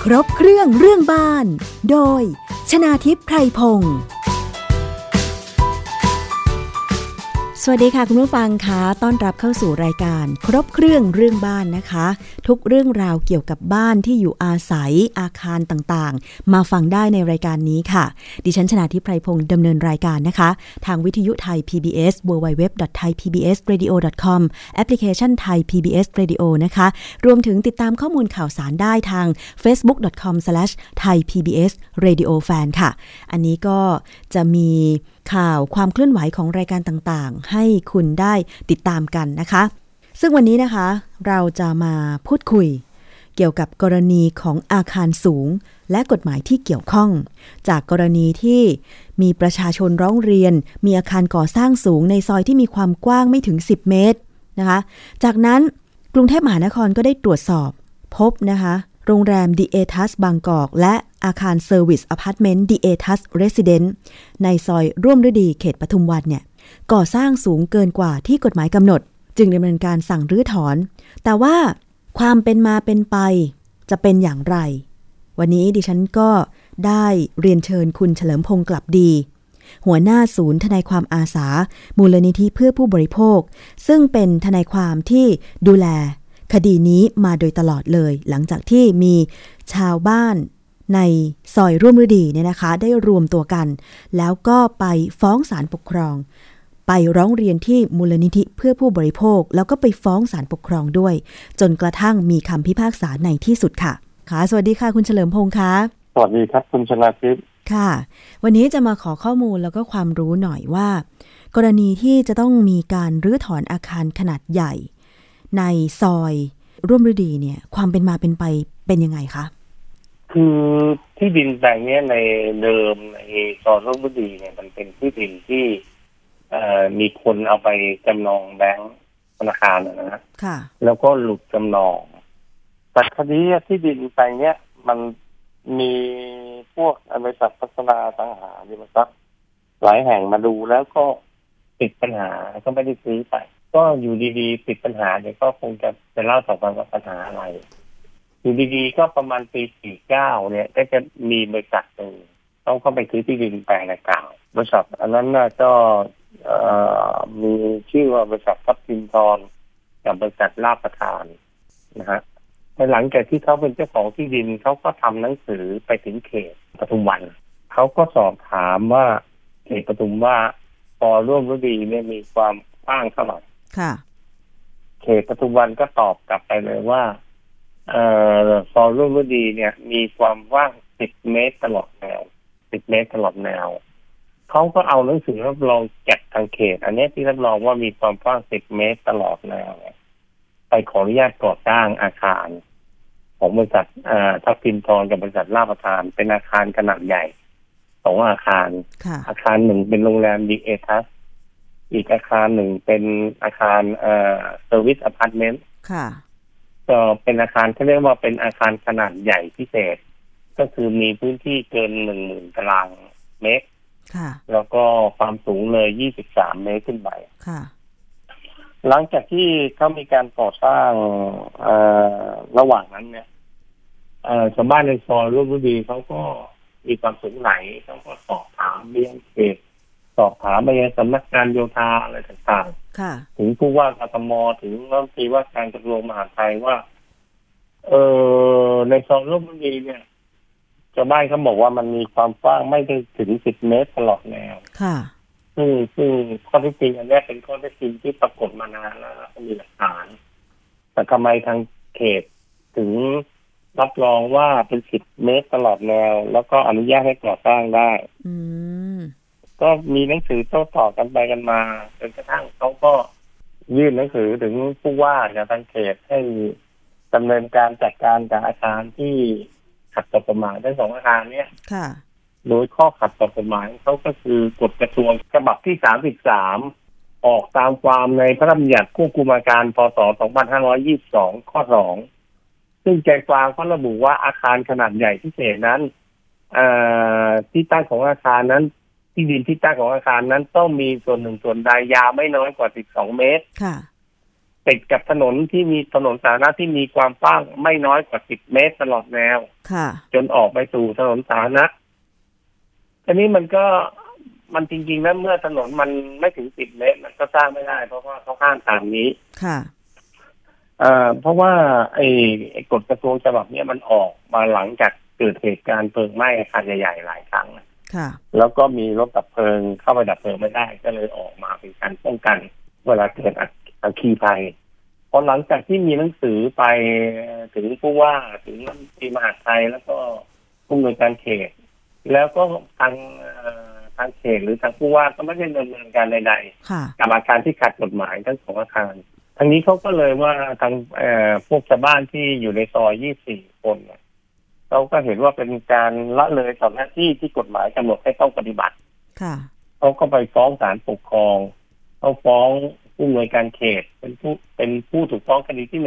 รบเครื่องเรื่องบ้านโดยชนาทิพย์ไพรพงศ์สวัสดีค่ะคุณผู้ฟังคะต้อนรับเข้าสู่รายการครบเครื่องเรื่องบ้านนะคะทุกเรื่องราวเกี่ยวกับบ้านที่อยู่อาศัยอาคารต่างๆมาฟังได้ในรายการนี้ค่ะดิฉันชนาทิพย์ไพรพงศ์ดำเนินรายการนะคะทางวิทยุไทย PBS www.thaipbsradio.com แอปพลิเคชัน Thai PBS Radio นะคะรวมถึงติดตามข้อมูลข่าวสารได้ทาง facebook.com/thaipbsradiofan ค่ะอันนี้ก็จะมีข่าวความเคลื่อนไหวของรายการต่างๆให้คุณได้ติดตามกันนะคะซึ่งวันนี้นะคะเราจะมาพูดคุยเกี่ยวกับกรณีของอาคารสูงและกฎหมายที่เกี่ยวข้องจากกรณีที่มีประชาชนร้องเรียนมีอาคารก่อสร้างสูงในซอยที่มีความกว้างไม่ถึง10 เมตรนะคะจากนั้นกรุงเทพมหานครก็ได้ตรวจสอบพบนะคะโรงแรม The Aetas บางกอกและอาคารเซอร์วิสอพาร์ตเมนต์ The Aetas Residence ในซอยร่วมฤดีเขตปทุมวันเนี่ยก่อสร้างสูงเกินกว่าที่กฎหมายกำหนดจึงดำเนินการสั่งรื้อถอนแต่ว่าความเป็นมาเป็นไปจะเป็นอย่างไรวันนี้ดิฉันก็ได้เรียนเชิญคุณเฉลิมพงษ์กลับดีหัวหน้าศูนย์ทนายความอาสามูลนิธิเพื่อผู้บริโภคซึ่งเป็นทนายความที่ดูแลคดีนี้มาโดยตลอดเลยหลังจากที่มีชาวบ้านในซอยร่วมฤดีเนี่ยนะคะได้รวมตัวกันแล้วก็ไปฟ้องศาลปกครองไปร้องเรียนที่มูลนิธิเพื่อผู้บริโภคแล้วก็ไปฟ้องศาลปกครองด้วยจนกระทั่งมีคำพิพากษาในที่สุดค่ะค่ะสวัสดีค่ะคุณเฉลิมพงษ์คะสวัสดีครับคุณชนาทิพย์ค่ะวันนี้จะมาขอข้อมูลแล้วก็ความรู้หน่อยว่ากรณีที่จะต้องมีการรื้อถอนอาคารขนาดใหญ่ในซอยร่วมฤดีเนี่ยความเป็นมาเป็นไปเป็นยังไงคะคือที่ดินแปลงนี้ในเดิมในซอยร่วมฤดีเนี่ยมันเป็นที่ดินที่มีคนเอาไปจำนองแบงก์ธนาคารนะค่ะแล้วก็หลุดจำนองแต่คดีที่ดินแปลงนี้มันมีพวกบริษัทพัฒนาสังหาริมทรัพย์หลายแห่งมาดูแล้วก็ติดปัญหาก็ไม่ได้ซื้อไปก็อยู่ดีๆติดปัญหาเดี๋ยวก็คงจะเล่าต่อไปว่าปัญหาอะไรอยู่ดีๆก็ประมาณปี49เนี่ยก็จะมีบริษัทหนึ่งเขาก็ไปซื้อที่ดินแปลงดังกล่าวบริษัทอันนั้นน่ะก็มีชื่อว่าบริษัททับทิมทรกับบริษัทลาภประทานนะฮะหลังจากที่เขาเป็นเจ้าของที่ดินเขาก็ทำหนังสือไปถึงเขตปทุมวันเขาก็สอบถามว่าเขตปทุมว่าพอร่วมฤดีเนี่ยมีความกว้างเท่าไหร่ค่ะเขตปทุมวันก็ตอบกลับไปเลยว่าซอยร่วมฤดีเนี่ยมีความกว้าง10 เมตรตลอดแนว10 เมตรตลอดแนวเขาก็เอาหนังสือรับรองจากทางเขตอันนี้ที่รับรองว่ามีความกว้าง10 เมตรตลอดแนวไปขออนุญาตก่อสร้างอาคารของบริษัททับทิมทรกับบริษัทลาภประทานเป็นอาคารขนาดใหญ่2 อาคารอาคารหนึ่งเป็นโรงแรม The Aetas อีกอาคารหนึ่งเป็นอาคารเซอร์วิสอพาร์ตเมนต์ก็เป็นอาคารที่เรียกว่าเป็นอาคารขนาดใหญ่พิเศษก็คือมีพื้นที่เกิน 10,000 ตารางเมตรแล้วก็ความสูงเลย23 เมตรขึ้นไปหลังจากที่เขามีการก่อสร้างระหว่างนั้นเนี่ยชาวบ้านในซอยร่วมฤดีเขาก็มีความสงสัยเขาก็สอบถามเบี้ยเขตสอบถามไปยังสำนักงานโยธาอะไรต่างๆถึงผู้ว่ากทมถึงรัฐมนตรีว่าการกระทรวงมหาดไทยว่าในซอยร่วมฤดีเนี่ยชาวบ้านเขาบอกว่ามันมีความกว้างไม่ได้ถึง10 เมตรตลอดแนวซึ่งข้อเท็จจริงอันนี้เป็นข้อเท็จจริงที่ปรากฏมานานแล้วมีหลักฐานแต่ทำไมทางเขตถึงรับรองว่าเป็น10 เมตรตลอดแนวแล้วก็อนุญาตให้ก่อสร้างได้ก็มีหนังสือโต้ตอบกันไปกันมาจนกระทั่งเขาก็ยื่นหนังสือถึงผู้ว่าจากทางเขตให้ดำเนินการจัดการกับอาคารที่ขัดต่อกฎหมายทั้ง2 อาคารเนี้ยโดยข้อขัดต่อกฎหมายเขาก็คือกฎกระทรวงฉบับที่33ออกตามความในพระราชบัญญัติควบคุมอาคารพ.ศ. 2522 ข้อ 2ซึ่งใจความเขาระบุว่าอาคารขนาดใหญ่พิเศษนั้นที่ตั้งของอาคารนั้นที่ดินที่ตั้งของอาคารนั้นต้องมีส่วนหนึ่งส่วนใดยาวไม่น้อยกว่า12 เมตรติดกับถนนที่มีถนนสาธารณะที่มีความกว้างไม่น้อยกว่า10 เมตรตลอดแนวจนออกไปสู่ถนนสาธารณะทีนี้มันจริงๆแล้วเมื่อถนนมันไม่ถึง10 เมตรมันก็สร้างไม่ได้เพราะว่าเขาห้ามตามนี้ค่ะเพราะว่าไอ้กฎกระทรวงฉบับนี้มันออกมาหลังจากเกิดเหตุการณ์เพลิงไหม้อาคารใหญ่ๆหลายครั้งแล้วก็มีรถดับเพลิงเข้าไปดับเพลิงไม่ได้ก็เลยออกมาเป็นการป้องกันเวลาเกิดอัคคีภัยพอหลังจากที่มีหนังสือไปถึงผู้ว่าถึงรัฐมนตรีมหาดไทยแล้วก็ผู้อำนวยการเขตแล้วก็ทางเขตหรือทางผู้ว่าก็ไม่ได้ดำเนินการใดๆกับอาคารที่ขัดกฎหมายทั้ง2อาคารทางนี้เขาก็เลยว่าทางพวกชาวบ้านที่อยู่ในซอย24 คนเขาก็เห็นว่าเป็นการละเลยต่อหน้าที่ที่กฎหมายกำหนดให้ต้องปฏิบัติเขาก็ไปฟ้องศาลปกครองเขาฟ้องผู้อำนวยการเขตเป็นผู้ถูกฟ้องคดีที่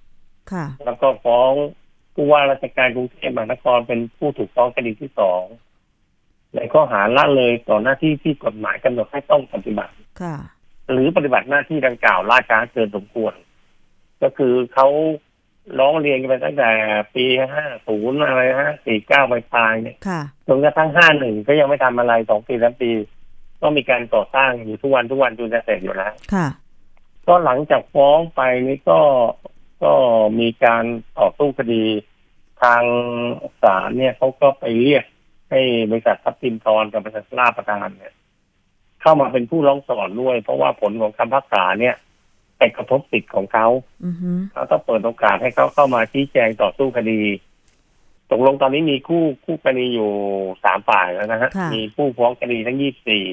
1แล้วก็ฟ้องผู้ว่าราชการกรุงเทพมหานครเป็นผู้ถูกฟ้องคดีที่2ในข้อหาละเลยต่อหน้าที่ที่กฎหมายกำหนดให้ต้องปฏิบัติหรือปฏิบัติหน้าที่ดังกล่าวล่าช้าเกินสมควรก็คือเขาร้องเรียนกันไปตั้งแต่ปี50อะไร49ปลายเนี่ยจนกระทั่ง51ก็ยังไม่ทำอะไร2 ปี 3 ปีก็มีการก่อสร้างอยู่ทุกวันจนจะเสร็จอยู่แล้วก็หลังจากฟ้องไปนี่ก็มีการต่อสู้คดีทางศาลเนี่ยเขาก็ไปเรียกให้บริษัททับทิมทรกับบริษัทลาประทานเนี่ยเข้ามาเป็นผู้ร้องสอนด้วยเพราะว่าผลของคำพิพากษาเนี่ยไปกระทบสิทธิ์ของเขาเขาต้องเปิดโอกาสให้เขาเข้ามาชี้แจงต่อสู้คดีตกลงตอนนี้มีคู่คดีอยู่3 ฝ่ายแล้วนะฮะมีผู้ฟ้องคดีทั้ง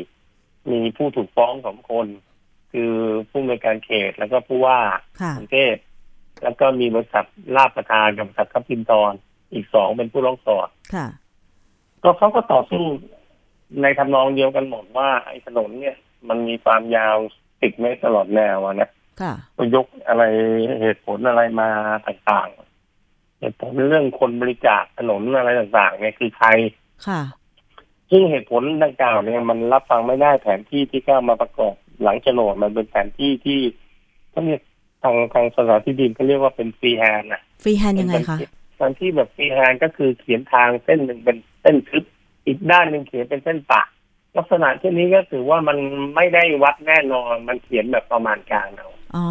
24มีผู้ถูกฟ้อง2 คนคือผู้อำนวยการเขตแล้วก็ผู้ว่ากรุงเทพแล้วก็มีบริษัทลาภประทานกับบริษัททับทิมทรอีก2เป็นผู้ร้องสอนก็เขาก็ต่อสู้ในทำนองเดียวกันหมดว่าไอ้ถนนเนี่ยมันมีความยาว10 เมตรตลอดแนวนะก็ยกอะไรเหตุผลอะไรมาต่างๆเหตุผลเรื่องคนบริจาคถนนอะไรต่างๆเนี่ยคือใครซึ่งเหตุผลดังกล่าวเนี่ยมันรับฟังไม่ได้แผนที่ที่เข้ามาประกอบหลังโฉนดมันเป็นแผนที่ที่เขาเรียกทางสถานที่ดินเขาเรียกว่าเป็นฟรีแฮนด์ฟรีแฮนด์ยังไงคะแผนที่แบบฟรีแฮนด์ก็คือเขียนทางเส้นหนึ่งเป็นเส้นทึบอีกด้านหนึ่งเขียนเป็นเส้นปะลักษณะเช่นนี้ก็ถือว่ามันไม่ได้วัดแน่นอนมันเขียนแบบประมาณการเอา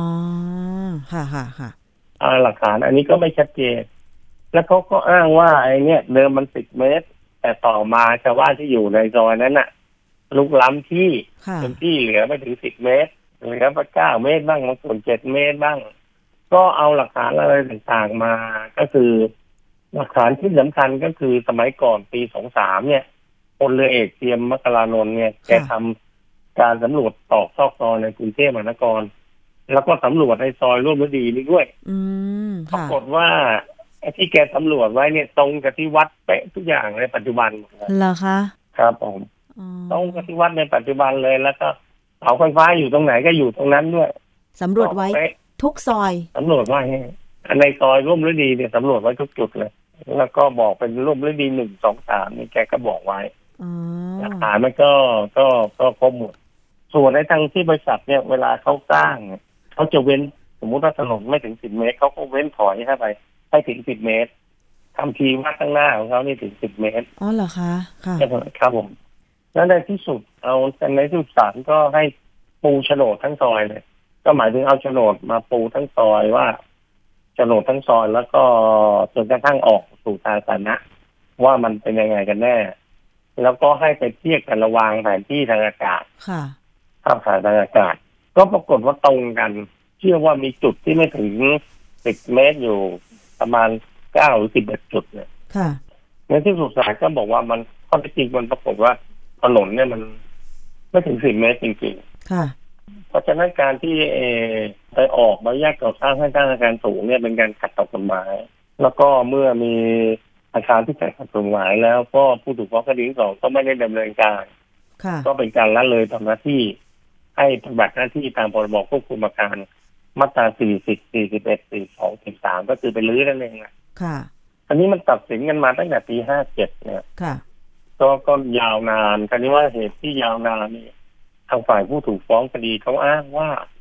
ค่ะหลักฐานอันนี้ก็ไม่ชัดเจนแล้วเขาก็อ้างว่าไอ้เนี่ยเดิมมัน10 เมตรแต่ต่อมาชาวบ้านที่อยู่ในซอยนั้นน่ะลุกล้ำที่จนที่เหลือไม่ถึง10 เมตรเหลือไป9 เมตรบ้างบางส่วน7 เมตรบ้างก็เอาหลักฐานอะไรต่างๆมาก็คือหลักฐานที่สำคัญก็คือสมัยก่อนปี23เนี่ยพลเรือเอกเทียมมกรานนท์เนี่ยแกทำการสำรวจตอกซอกซอยในกรุงเทพมหานครแล้วก็สำรวจในซอยร่วมฤดีนี้ด้วยปรากฏว่าที่แกสำรวจไว้เนี่ยตรงกับที่วัดเป๊ะทุกอย่างในปัจจุบันเหรอคะครับผมตรงกับที่วัดในปัจจุบันเลยแล้วก็เสาไฟฟ้าอยู่ตรงไหนก็อยู่ตรงนั้นด้วยสำรวจไว้ทุกซอยสำรวจไว้ในซอยร่วมฤดีเนี่ยสำรวจไว้ทุกจุดเลยแล้วก็บอกเป็นร่วมฤดี1 2 3นี่แกก็บอกไว้หลักฐานมันก็ครบหมดส่วนในทางที่บริษัทเนี่ยเวลาเขาสร้างเขาจะเว้นสมมุติว่าถนนไม่ถึง10 เมตรเขาก็เว้นถอยเข้าไปให้ถึง10 เมตรทำทีว่าข้างหน้าของเขานี่ถึง10 เมตรอ๋อเหรอคะค่ะครับผมแล้วในที่สุดในที่สุดศาลก็ให้ปูโฉนดทั้งซอยเลยก็หมายถึงเอาโฉนดมาปูทั้งซอยว่าโฉนดทั้งซอยแล้วก็จนกระทั่งออกสู่สาธารณะว่ามันเป็นยังไงกันแน่แล้วก็ให้ไปเทียบกันระหว่างแผนที่ทางอากาศภาพถ่ายทางอากาศก็ปรากฏว่าตรงกันเชื่อว่ามีจุดที่ไม่ถึง10 เมตรอยู่ประมาณ9 หรือ 11 จุดเนี่ยในที่สุดศาลก็บอกว่ามันข้อเท็จจริงมันปรากฏว่าถนนเนี่ยมันไม่ถึง10 เมตรจริงๆเพราะฉะนั้นการที่ไปออกใบอนุญาตก่อสร้างให้สร้างอาคารสูงเนี่ยเป็นการขัดต่อกฎหมายแล้วก็เมื่อมีอาคารที่ขัดกฎหมายแล้วก็ผู้ถูกฟ้องคดีที่2ก็ไม่ได้ดำเนินการก็เป็นการละเลยต่อหน้าที่ให้ปฏิบัติหน้าที่ตามพรบควบคุมอาคารมาตรา40 41 42 43ก็คือไปรื้อนั่นเองอันนี้มันตัดสินกันมาตั้งแต่ปี57เนี่ยก็ยาวนานคราวนี้ว่าเหตุที่ยาวนานนี่ทางฝ่ายผู้ถูกฟ้องคดีเขาอ้างว่าเข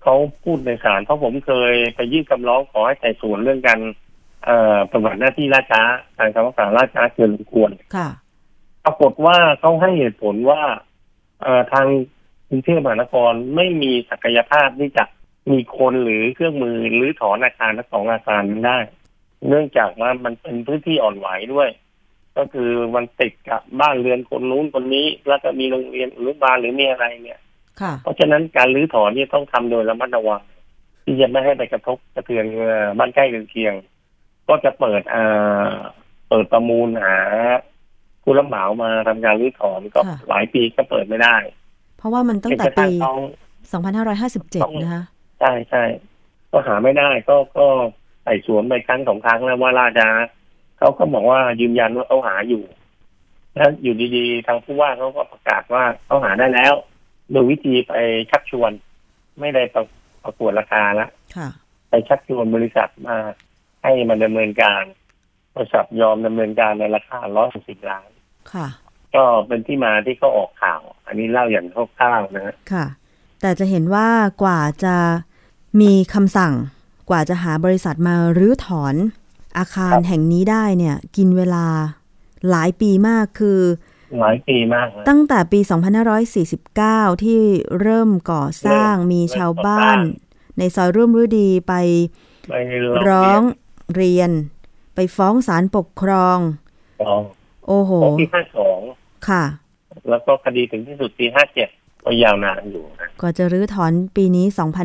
เขาพูดในศาลเพราะผมเคยไปยื่นคำร้องขอให้ไต่สวนเรื่องการปฏิบัติหน้าที่ล่าช้าการคำพิพากษาล่าช้าเกินสมควรค่ะปรากฏว่าเขาให้เหตุผลว่าทางกรุงเทพมหานครไม่มีศักยภาพที่จะมีคนหรือเครื่องมือหรือถอนอาคารทั้ง2อาคารนั้นได้เนื่องจากว่ามันเป็นพื้นที่อ่อนไหวด้วยก็คือมันติดกับบ้านเรือนคนนู้นคนนี้แล้วก็มีโรงเรียนอนุบาลหรือมีอะไรเนี่ยเพราะฉะนั้นการรื้อถอนนี่ต้องทำโดยระมัดระวังที่จะไม่ให้ไปกระทบกระเทือนบ้านใกล้เรือนเคียงก็จะเปิดประมูลหาผู้รับเหมามาทำการรื้อถอนก็หลายปีก็เปิดไม่ได้เพราะว่ามันตั้งแต่ปี2557นะคะใช่ก็หาไม่ได้ก็ไต่สวนไปครั้ง2ครั้งแล้วว่าราชาเขาก็บอกว่ายืนยันว่าเขาหาอยู่แล้วอยู่ดีๆทางผู้ว่าเขาก็ประกาศว่าเขาหาได้แล้วโดยวิธีไปชักชวนไม่ได้ประกวดราคาแล้วไปชักชวนบริษัทมาให้มันดำเนินการบริษัทยอมดำเนินการในราคา160 ล้านก็เป็นที่มาที่เขาออกข่าวอันนี้เล่าอย่างคร่าวๆนะค่ะแต่จะเห็นว่ากว่าจะมีคำสั่งกว่าจะหาบริษัทมารื้อถอนอาคารแห่งนี้ได้เนี่ยกินเวลาหลายปีมากคือหลายปีมากตั้งแต่ปี2549ที่เริ่มก่อสร้างมีชาวบ้านในซอยร่วมฤดีไปร้องเรียนไปฟ้องศาลปกครองโอ้โหปี52 ค่ะแล้วก็คดีถึงที่สุดปี57ก็ยาวนานอยู่นะก็จะรื้อถอนปีนี้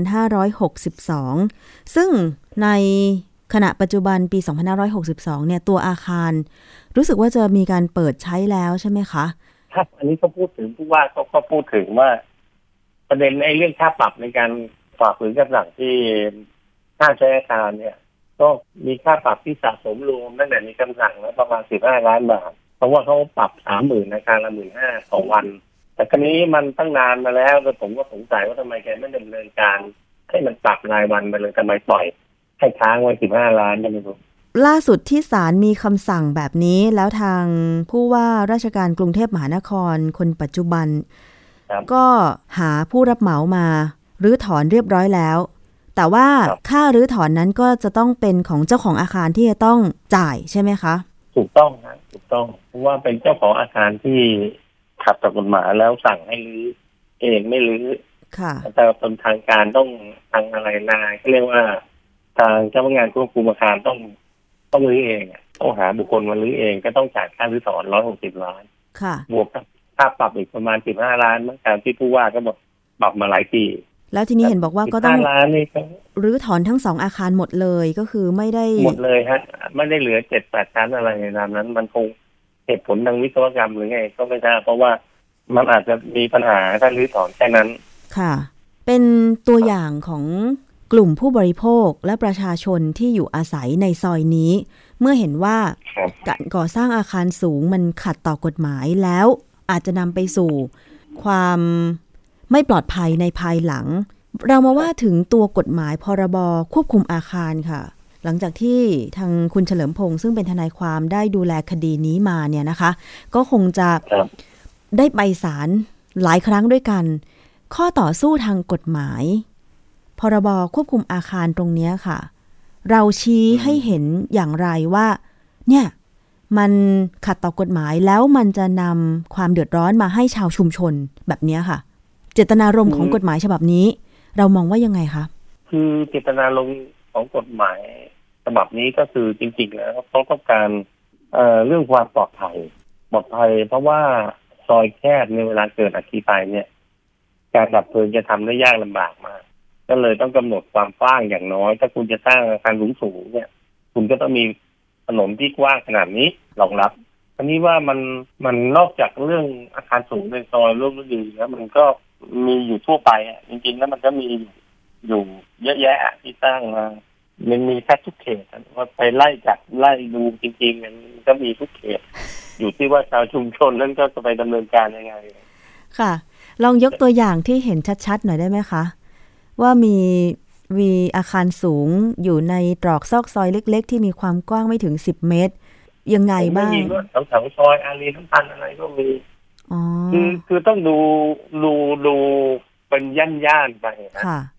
2562ซึ่งในขณะปัจจุบันปี2562เนี่ยตัวอาคารรู้สึกว่าจะมีการเปิดใช้แล้วใช่ไหมคะครับอันนี้ก็พูดถึงผู้ว่าก็พูดถึงว่าประเด็นไอ้เรื่องค่าปรับในการฝ่าฝืนคำสั่งที่ห้ามใช้อาคารเนี่ยก็มีค่าปรับที่สะสมรวมตั้งแต่มีคำสั่งแล้วประมาณ15 ล้านบาทเพราะว่าเขาปรับ 30,000 อาคารละ 15,000 ต่อวันแต่ครั้นี้มันตั้งนานมาแล้วผมก็สงสัยว่าทำไมแกไม่ดำเนินการให้มันปรับรายวันไปเลยทำไมปล่อยให้ค้างไว้15 ล้านไม่รู้ล่าสุดที่ศาลมีคำสั่งแบบนี้แล้วทางผู้ว่าราชการกรุงเทพมหานครคนปัจจุบันก็หาผู้รับเหมามารื้อถอนเรียบร้อยแล้วแต่ว่าค่ารื้อถอนนั้นก็จะต้องเป็นของเจ้าของอาคารที่จะต้องจ่ายใช่ไหมคะถูกต้องนะถูกต้องเพราะว่าเป็นเจ้าของอาคารที่ขัดต่อกฎหมายแล้วสั่งให้รื้อเองไม่รื้อแต่เป็นทางการต้องทางอะไรนายเขาเรียกว่าทางเจ้าพนักงานควบคุมอาคารต้องรื้อเองต้องหาบุคคลมารื้อเองก็ต้องจ่ายค่ารื้อถอน160 ล้านบวกกับค่าปรับอีกประมาณ15 ล้านเมื่อการที่ผู้ว่าก็บอกปรับมาหลายปีแล้วทีนี้เห็นบอกว่าก็ต้องรื้อถอนทั้ง2อาคารหมดเลยก็คือไม่ได้หมดเลยฮะไม่ได้เหลือ 7-8 ชั้นอะไรในนั้นมันคงเหตุผลทางวิศวกรรมหรือไงก็ไม่ทราบเพราะว่ามันอาจจะมีปัญหาถ้ารื้อถอนแค่นั้นค่ะเป็นตัวอย่างของกลุ่มผู้บริโภคและประชาชนที่อยู่อาศัยในซอยนี้เมื่อเห็นว่าการก่อสร้างอาคารสูงมันขัดต่อกฎหมายแล้วอาจจะนำไปสู่ความไม่ปลอดภัยในภายหลังเรามาว่าถึงตัวกฎหมายพรบควบคุมอาคารค่ะหลังจากที่ทางคุณเฉลิมพงษ์ซึ่งเป็นทนายความได้ดูแลคดีนี้มาเนี่ยนะคะก็คงจะได้ไปศาลหลายครั้งด้วยกันข้อต่อสู้ทางกฎหมายพรบควบคุมอาคารตรงนี้ค่ะเราชี้ให้เห็นอย่างไรว่าเนี่ยมันขัดต่อกฎหมายแล้วมันจะนำความเดือดร้อนมาให้ชาวชุมชนแบบนี้ค่ะเจตนารมณ์ของกฎหมายฉบับนี้เรามองว่ายังไงคะคือเจตนารมณ์ของกฎหมายฉบับนี้ก็คือจริงๆแล้วเขาต้องการเรื่องความปลอดภัยเพราะว่าซอยแคบในเวลาเกิดอัคคีภัยเนี่ยการดับเพลิงจะทำได้ยากลำบากมากก็เลยต้องกำหนดความกว้างอย่างน้อยถ้าคุณจะสร้างอาคารสูงๆเนี่ยคุณก็ต้องมีถนนที่กว้างขนาดนี้รองรับอันนี้ว่ามันนอกจากเรื่องอาคารสูงในซอยร่วมฤดีแล้วมันก็มีอยู่ทั่วไปจริงๆแล้วมันก็มีอยู่เยอะแยะที่สร้างมามันมีแค่ทุกเขตว่าไปไล่ดูจริงๆมันก็มีทุกเขตอยู่ที่ว่าชาวชุมชนนั้นก็จะไปดำเนินการยังไงค่ะลองยกตัวอย่างที่เห็นชัดๆหน่อยได้ไหมคะว่ามีอาคารสูงอยู่ในตรอกซอกซอยเล็กๆที่มีความกว้างไม่ถึง10 เมตรยังไงบ้างแถวซอยอารีน้ำตาลอะไรก็มีคือต้องดูเป็นย่านๆไปนะ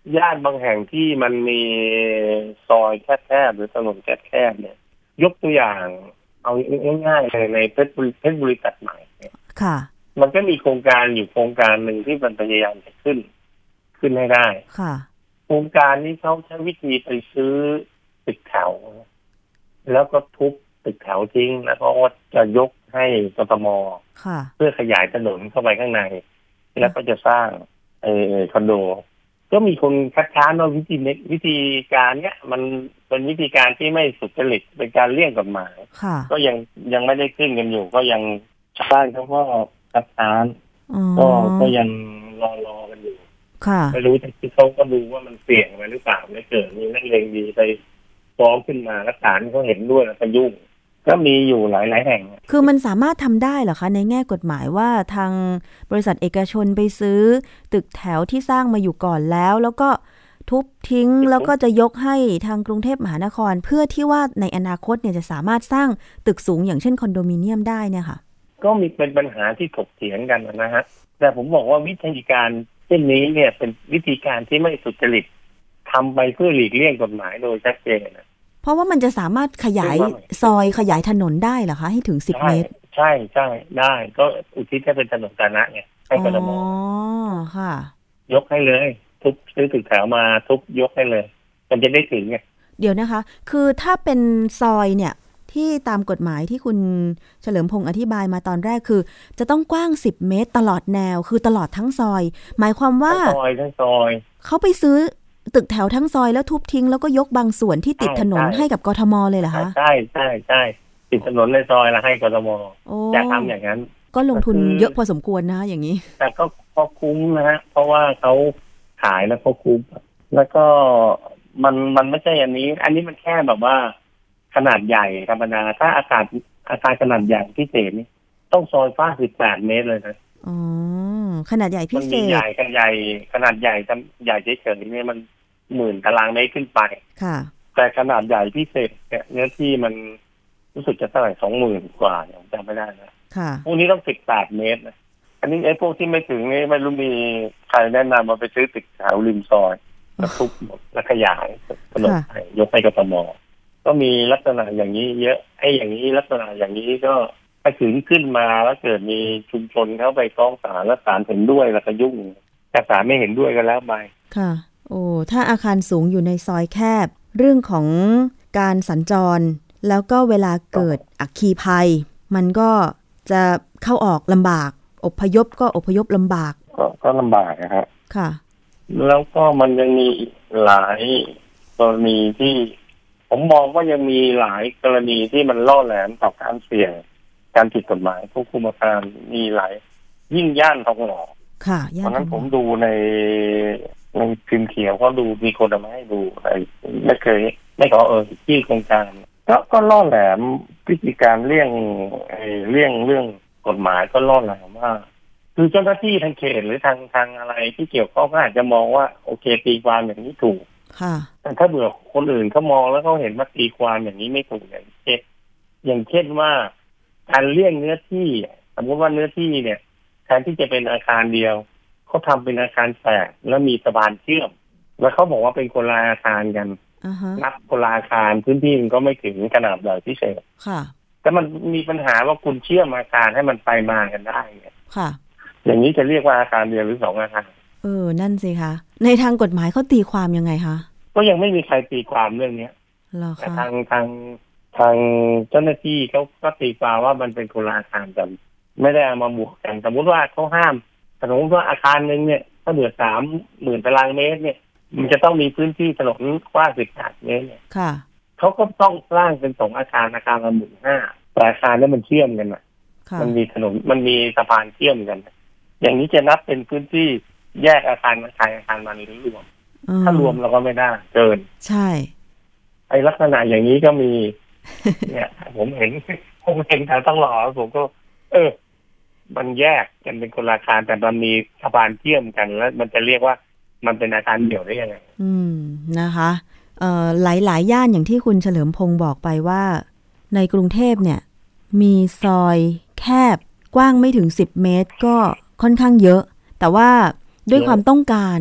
ย่านบางแห่งที่มันมีซอยแคบๆหรือถนนแคบๆเนี่ยยกตัวอย่างเอาง่ายๆเลยในเพชรบุรีตัดใหม่เนี่ยค่ะมันก็มีโครงการอยู่โครงการหนึ่งที่มันพยายามจะขึ้นให้ได้ค่ะโครงการนี้เขาใช้วิธีไปซื้อตึกแถวแล้วก็ทุบตึกแถวทิ้งแล้วก็จะยกให้กทม.เพื่อขยายถนนเข้าไปข้างในแล้วก็จะสร้างคอนโดก็มีคนคัดค้านว่าวิธีการเนี้ยมันเป็นวิธีการที่ไม่สุจริตเป็นการเลี่ยงกฎหมายก็ยังไม่ได้ขึ้นกันอยู่ก็ยังชาวบ้านเขาก็คัดค้านก็ยังรอกันอยู่ไม่รู้แต่ที่เขาก็ดูว่ามันเสี่ยงไปหรือเปล่าไม่เกิดมีนักเลงดีไปฟ้องขึ้นมาแล้วศาลเขาเห็นด้วยแล้วก็ยุ่งก็มีอยู่หลายแห่งคือมันสามารถทำได้เหรอคะในแง่กฎหมายว่าทางบริษัทเอกชนไปซื้อตึกแถวที่สร้างมาอยู่ก่อนแล้วก็ทุบทิ้งแล้วก็จะยกให้ทางกรุงเทพมหานครเพื่อที่ว่าในอนาคตเนี่ยจะสามารถสร้างตึกสูงอย่างเช่นคอนโดมิเนียมได้เนี่ยค่ะก็มีเป็นปัญหาที่ถกเถียงกันนะฮะแต่ผมบอกว่าวิธีการเช่นนี้เนี่ยเป็นวิธีการที่ไม่สุจริตทำไปเพื่อหลีกเลี่ยงกฎหมายโดยชัดเจนนะเพราะว่ามันจะสามารถขยายซอยขยายถนนได้เหรอคะให้ถึง10 เมตรใช่ได้ก็อุทิศให้เป็นถนนสาธารณะไงให้กทม. ค่ะยกให้เลยทุบซื้อตึกแถวมาทุบยกให้เลยมันจะได้ถึงไงเดี๋ยวนะคะคือถ้าเป็นซอยเนี่ยที่ตามกฎหมายที่คุณเฉลิมพงษ์อธิบายมาตอนแรกคือจะต้องกว้าง10 เมตรตลอดแนวคือตลอดทั้งซอยหมายความว่าทั้งซอยเขาไปซื้อตึกแถวทั้งซอยแล้วทุบทิ้งแล้วก็ยกบางส่วนที่ติดถนนให้กับกทม.เลยเหรอคะใช่ติดถนนในซอยแล้วให้กทม.จะทำอย่างนั้นก็ลงทุนเยอะพอสมควรนะอย่างนี้แต่ก็พอคุ้มนะฮะเพราะว่าเขาขายแล้วก็คุ้มแล้วก็มันไม่ใช่อันนี้มันแค่แบบว่าขนาดใหญ่ธรรมดาถ้าอาคารขนาดใหญ่พิเศษนี่ต้องซอยฟ้า18 เมตรเลยนะขนาดใหญ่พิเศษมันมีใหญ่ขนาดใหญ่เฉยๆเนี่ยมัน10,000 ตารางเมตรขึ้นไปค่ะแต่ขนาดใหญ่พิเศษเนี่ยเนื้อที่มันรู้สึกจะเท่าไหร่ 20,000 กว่าเนี่ยจำไม่ได้นะพวกนี้ต้อง18 เมตรนะอันนี้ไอ้พวกที่ไม่ถึงนี่ไม่รู้มีใครแนะนำมาไปซื้อตึกแถวริมซอยแล้วทุบและขยายถนนยกให้กทม.ก็มีลักษณะอย่างนี้เยอะไอ้อย่างนี้ลักษณะอย่างนี้ก็ถ้าถึงขึ้นมาแล้วเกิดมีชุมชนเข้าไปฟ้องศาลแล้วศาลเห็นด้วยแล้วก็ยุ่งแต่ศาลไม่เห็นด้วยกันแล้วไปค่ะโอ้ถ้าอาคารสูงอยู่ในซอยแคบเรื่องของการสัญจรแล้วก็เวลาเกิดอัคคีภัยมันก็จะเข้าออกลำบากอพยพก็อพยพลำบากก็ลำบากนะครับค่ะแล้วก็มันยังมีหลายกรณีที่ผมมองว่ายังมีหลายกรณีที่มันล่อแหลมต่อการเสี่ยงการผิดกฎหมายควบคุมอาคารมีหลายยิ่งย่านทองหล่อค่ะเพราะนั้นผมดูในพิมพ์เขียวก็ดูมีคนมาให้ดูอะไรไม่ขอที่โครงการก็ล่อแหลมวิธีการเรื่องกฎหมายก็ล่อแหลมว่าคือเจ้าหน้าที่ทางเขตหรือทางอะไรที่เกี่ยวข้องก็อาจจะมองว่าโอเคตีความอย่างนี้ถูกแต่ถ้าเบื่อคนอื่นเขามองแล้วเขาเห็นว่าตีความอย่างนี้ไม่ถูกอย่างเช่นว่าการเลี่ยงเนื้อที่สมมติว่าเนื้อที่เนี่ยแทนที่จะเป็นอาคารเดียวเขาทำเป็นอาคารแฝดแล้วมีสะพานเชื่อมแล้วเขาบอกว่าเป็นคนละอาคารกันนับคนละอาคารพื้นที่มันก็ไม่ถึงขนาดใหญ่พิเศษแต่มันมีปัญหาว่าคุณเชื่อมอาคารให้มันไปมากันได้เนี่ยอย่างนี้จะเรียกว่าอาคารเดียวหรือ2 อาคารนั่นสิคะในทางกฎหมายเขาตีความยังไงคะก็ยังไม่มีใครตีความเรื่องนี้แต่ทางเจ้าหน้าที่เขาก็ตีความว่ามันเป็นคนละอาคารกันไม่ได้เอามาบวกกันสมมติว่าเขาห้ามสมมติว่าอาคารนึงเนี่ยถ้าเหลือ30,000 ตารางเมตรเนี่ยมันจะต้องมีพื้นที่ถนนกว้าง18 เมตรเนี่ยเขาก็ต้องสร้างเป็น2 อาคารละ15,000แต่อาคารนั้นมันเชื่อมกันอ่ะมันมีถนนมันมีสะพานเชื่อมกันอย่างนี้จะนับเป็นพื้นที่แยกอาคารใครอาคารมันหรือรวมถ้ารวมเราก็ไม่ได้เกินใช่ไอ้ลักษณะอย่างนี้ก็มีเนี่ยผมเห็นแต่ต้องรอผมก็มันแยกกันเป็นคนละอาคารแต่มันมีสะพานเชื่อมกันแล้วมันจะเรียกว่ามันเป็นอาคารเดี่ยวได้ยังไงนะคะหลายย่านอย่างที่คุณเฉลิมพงษ์บอกไปว่าในกรุงเทพเนี่ยมีซอยแคบกว้างไม่ถึง10 เมตรก็ค่อนข้างเยอะแต่ว่าด้วยความต้องการ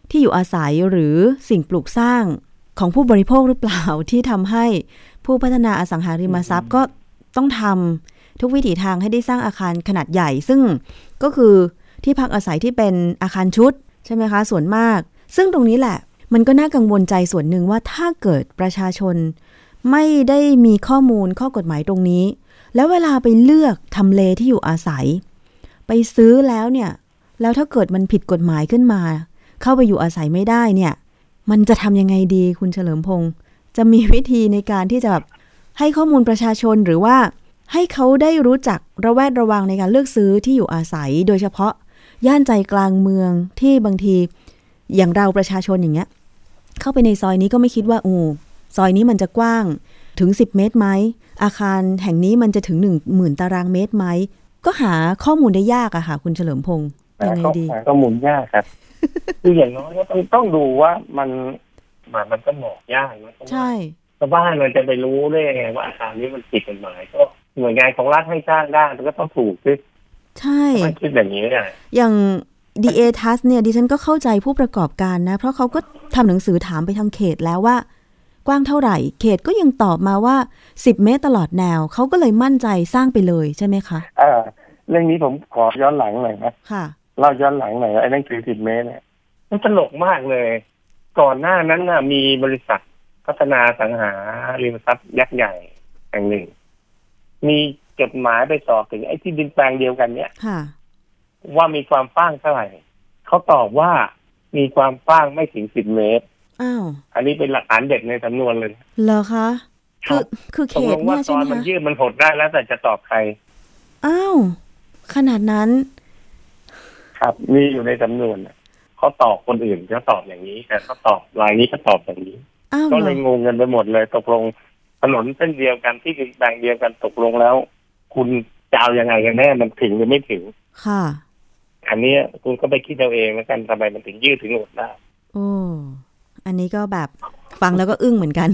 ที่อยู่อาศัยหรือสิ่งปลูกสร้างของผู้บริโภคหรือเปล่าที่ทำให้ผู้พัฒนาอสังหาริมทรัพย์ก็ต้องทำทุกวิถีทางให้ได้สร้างอาคารขนาดใหญ่ซึ่งก็คือที่พักอาศัยที่เป็นอาคารชุดใช่ไหมคะส่วนมากซึ่งตรงนี้แหละมันก็น่ากังวลใจส่วนหนึ่งว่าถ้าเกิดประชาชนไม่ได้มีข้อมูลข้อกฎหมายตรงนี้แล้วเวลาไปเลือกทำเลที่อยู่อาศัยไปซื้อแล้วเนี่ยแล้วถ้าเกิดมันผิดกฎหมายขึ้นมาเข้าไปอยู่อาศัยไม่ได้เนี่ยมันจะทำยังไงดีคุณเฉลิมพงษ์จะมีวิธีในการที่จะให้ข้อมูลประชาชนหรือว่าให้เขาได้รู้จักระแวดระวังในการเลือกซื้อที่อยู่อาศัยโดยเฉพาะย่านใจกลางเมืองที่บางทีอย่างเราประชาชนอย่างเงี้ยเข้าไปในซอยนี้ก็ไม่คิดว่าซอยนี้มันจะกว้างถึง10 เมตรไหมอาคารแห่งนี้มันจะถึง 10,000 ตารางเมตรไหมก็หาข้อมูลได้ยากอะค่ะคุณเฉลิมพงษ์ยังไงดีหาข้อมูลยากครับ คืออย่างน้อยก็ต้องดูว่ามันก็เหมาะยากนะใช่ชาวบ้านมันจะไปรู้ได้ยังไงว่าอาคารนี้มันผิดกฎหมายก็หน่วยงานของรัฐให้สร้างได้มันก็ต้องถูกสิใช่มันคิดแบบนี้เนี่ยอย่าง DATAS เนี่ยดิฉันก็เข้าใจผู้ประกอบการนะเพราะเขาก็ทำหนังสือถามไปทางเขตแล้วว่ากว้างเท่าไหร่เขตก็ยังตอบมาว่า10 เมตรตลอดแนวเขาก็เลยมั่นใจสร้างไปเลยใช่ไหมคะเรื่องนี้ผมขอย้อนหลังหน่อยนะค่ะเราย้อนหลังหน่อยไอ้หนังสือ10 เมตรเนี่ยมันตลกมากเลยก่อนหน้านั้นน่ะมีบริษัทพัฒนาสังหาริมทรัพย์ยักษ์ใหญ่แห่งหนึ่งมีจดหมายไปสอบถึงไอ้ที่ดินแปลงเดียวกันเนี่ยว่ามีความกว้างเท่าไหร่เขาตอบว่ามีความกว้างไม่ถึง10 เมตรอันนี้เป็นหลักฐานเด็ดในสำนวนเลยเหรอคะคือเขตเนี่ยใช่ไหมคะตอนมันยืดมันหดได้แล้วแต่จะตอบใครขนาดนั้นครับมีอยู่ในสำนวนเขาตอบคนอื่นเขาตอบอย่างนี้แต่เขาตอบรายนี้เขาตอบอย่างนี้ก็เลยงงกันไปหมดเลยตกลงถนนเส้นเดียวกันที่ดินแปลงเดียวกันตกลงแล้วคุณจะเอายังไงกันแน่มันถึงหรือไม่ถึงค่ะอันนี้คุณก็ไปคิดเอาเองแล้วกันทำไมมันถึงยืดถึงหดได้อันนี้ก็แบบฟังแล้วก็อึ้งเหมือนกัน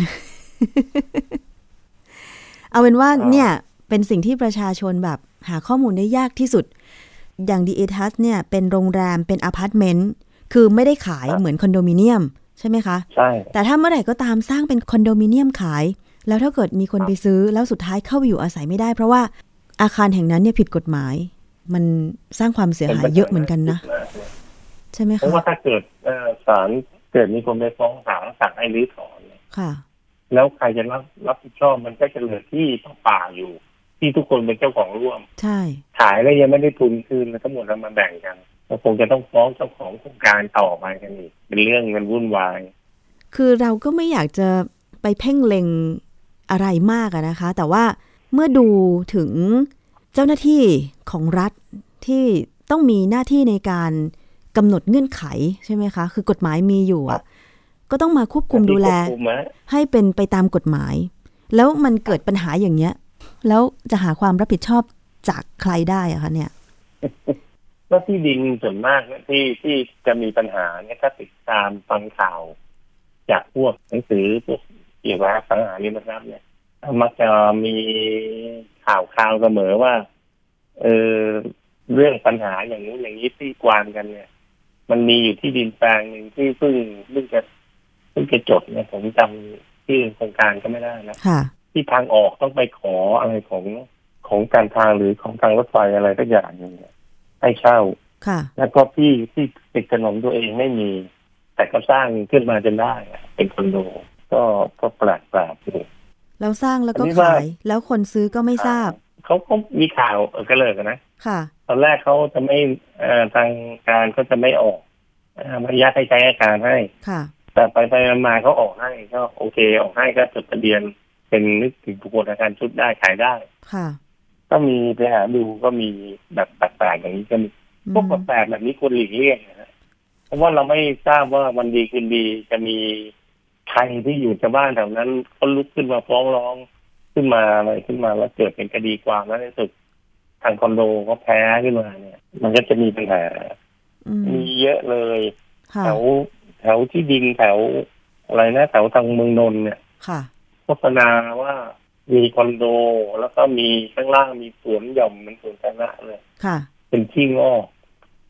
เอาเป็นว่าเนี่ยเป็นสิ่งที่ประชาชนแบบหาข้อมูลได้ยากที่สุดอย่าง DATAS เนี่ยเป็นโรงแรมเป็นอพาร์ตเมนต์คือไม่ได้ขายเหมือนคอนโดมิเนียมใช่ไหมคะใช่แต่ถ้าเมื่อไหร่ก็ตามสร้างเป็นคอนโดมิเนียมขายแล้วถ้าเกิดมีคนไปซื้อแล้วสุดท้ายเข้าไปอยู่อาศัยไม่ได้เพราะว่าอาคารแห่งนั้นเนี่ยผิดกฎหมายมันสร้างความเสียหายเยอะเหมือนกันนะใช่ไหมคะเพราะว่าถ้าเกิดศาลเกิดมีคนไปฟ้องศาลสั่งให้รื้อถอนค่ะแล้วใครจะรับผิดชอบมันก็จะเหลือที่ป่าอยู่ที่ทุกคนเป็นเจ้าของร่วมใช่ขายแล้วยังไม่ได้ทุนคืนแล้วทั้งหมดเรามาแบ่งกันเราคงจะต้องฟ้องเจ้าของโครงการต่อไปกันอีกเป็นเรื่องเงินวุ่นวายคือเราก็ไม่อยากจะไปเพ่งเล็งอะไรมากนะคะแต่ว่าเมื่อดูถึงเจ้าหน้าที่ของรัฐที่ต้องมีหน้าที่ในการกำหนดเงื่อนไขใช่ไหมคะคือกฎหมายมีอยู่ก็ต้องมาควบคุมดูแลให้เป็นไปตามกฎหมายแล้วมันเกิดปัญหาอย่างเนี้ยแล้วจะหาความรับผิดชอบจากใครได้อะคะเนี่ยก็ที่ดินส่วนมากที่จะมีปัญหาเนี่ยถ้าติดตามฟังข่าวจากพวกหนังสือพวกเกี่ยวกับสังหาริมทรัพย์เนี่ยมักจะมีข่าวเสมอว่าเรื่องปัญหาอย่างนี้อย่างนี้ที่กวานกันเนี่ยมันมีอยู่ที่ดินแปลงหนึ่งที่เพิ่งจะจดเนี่ยผมจำที่โครงการก็ไม่ได้นะที่ทางออกต้องไปขออะไรของการทางหรือของทางรถไฟอะไรสักอย่างนึงให้เช่าแล้วก็ที่ติดถนนตัวเองไม่มีแต่ก็สร้างขึ้นมาจนได้เป็นคอนโดก็แปลกเลยแล้วสร้างแล้วก็ขายแล้วคนซื้อก็ไม่ทราบเขามีข่าวก็เลยนะค่ะตอนแรกเขาจะไม่ทางการก็จะไม่ออกอนุญาตให้ใช้อาคารให้ค่ะแต่ไปมาเขาออกให้ก็โอเคออกให้ก็จดทะเบียนเป็นนึกถึงบุคคลอาคารชุดได้ขายได้ค่ะก็มีไปหาดูก็มีแบบแปลกๆอย่างนี้ก็มีพวกแปลกๆแบบนี้ควรหลีกเลี่ยงนะเพราะว่าเราไม่ทราบว่าวันดีคืนดีจะมีใครที่อยู่ชาวบ้านแถวนั้นเขาลุกขึ้นมาฟ้องร้องขึ้นมาอะไรขึ้นมาแล้วเกิดเป็นคดีความแล้วในสุดทางคอนโดก็แพ้ขึ้นมาเนี่ยมันก็จะมีปัญหามีเยอะเลยแถวที่ดินแถวอะไรนะแถวทางเมืองนนท์เนี่ยโฆษณาว่ามีคอนโดแล้วก็มีข้างล่างมีสวนหย่อมเป็นสวนสาธารณะเลยเป็นที่งอก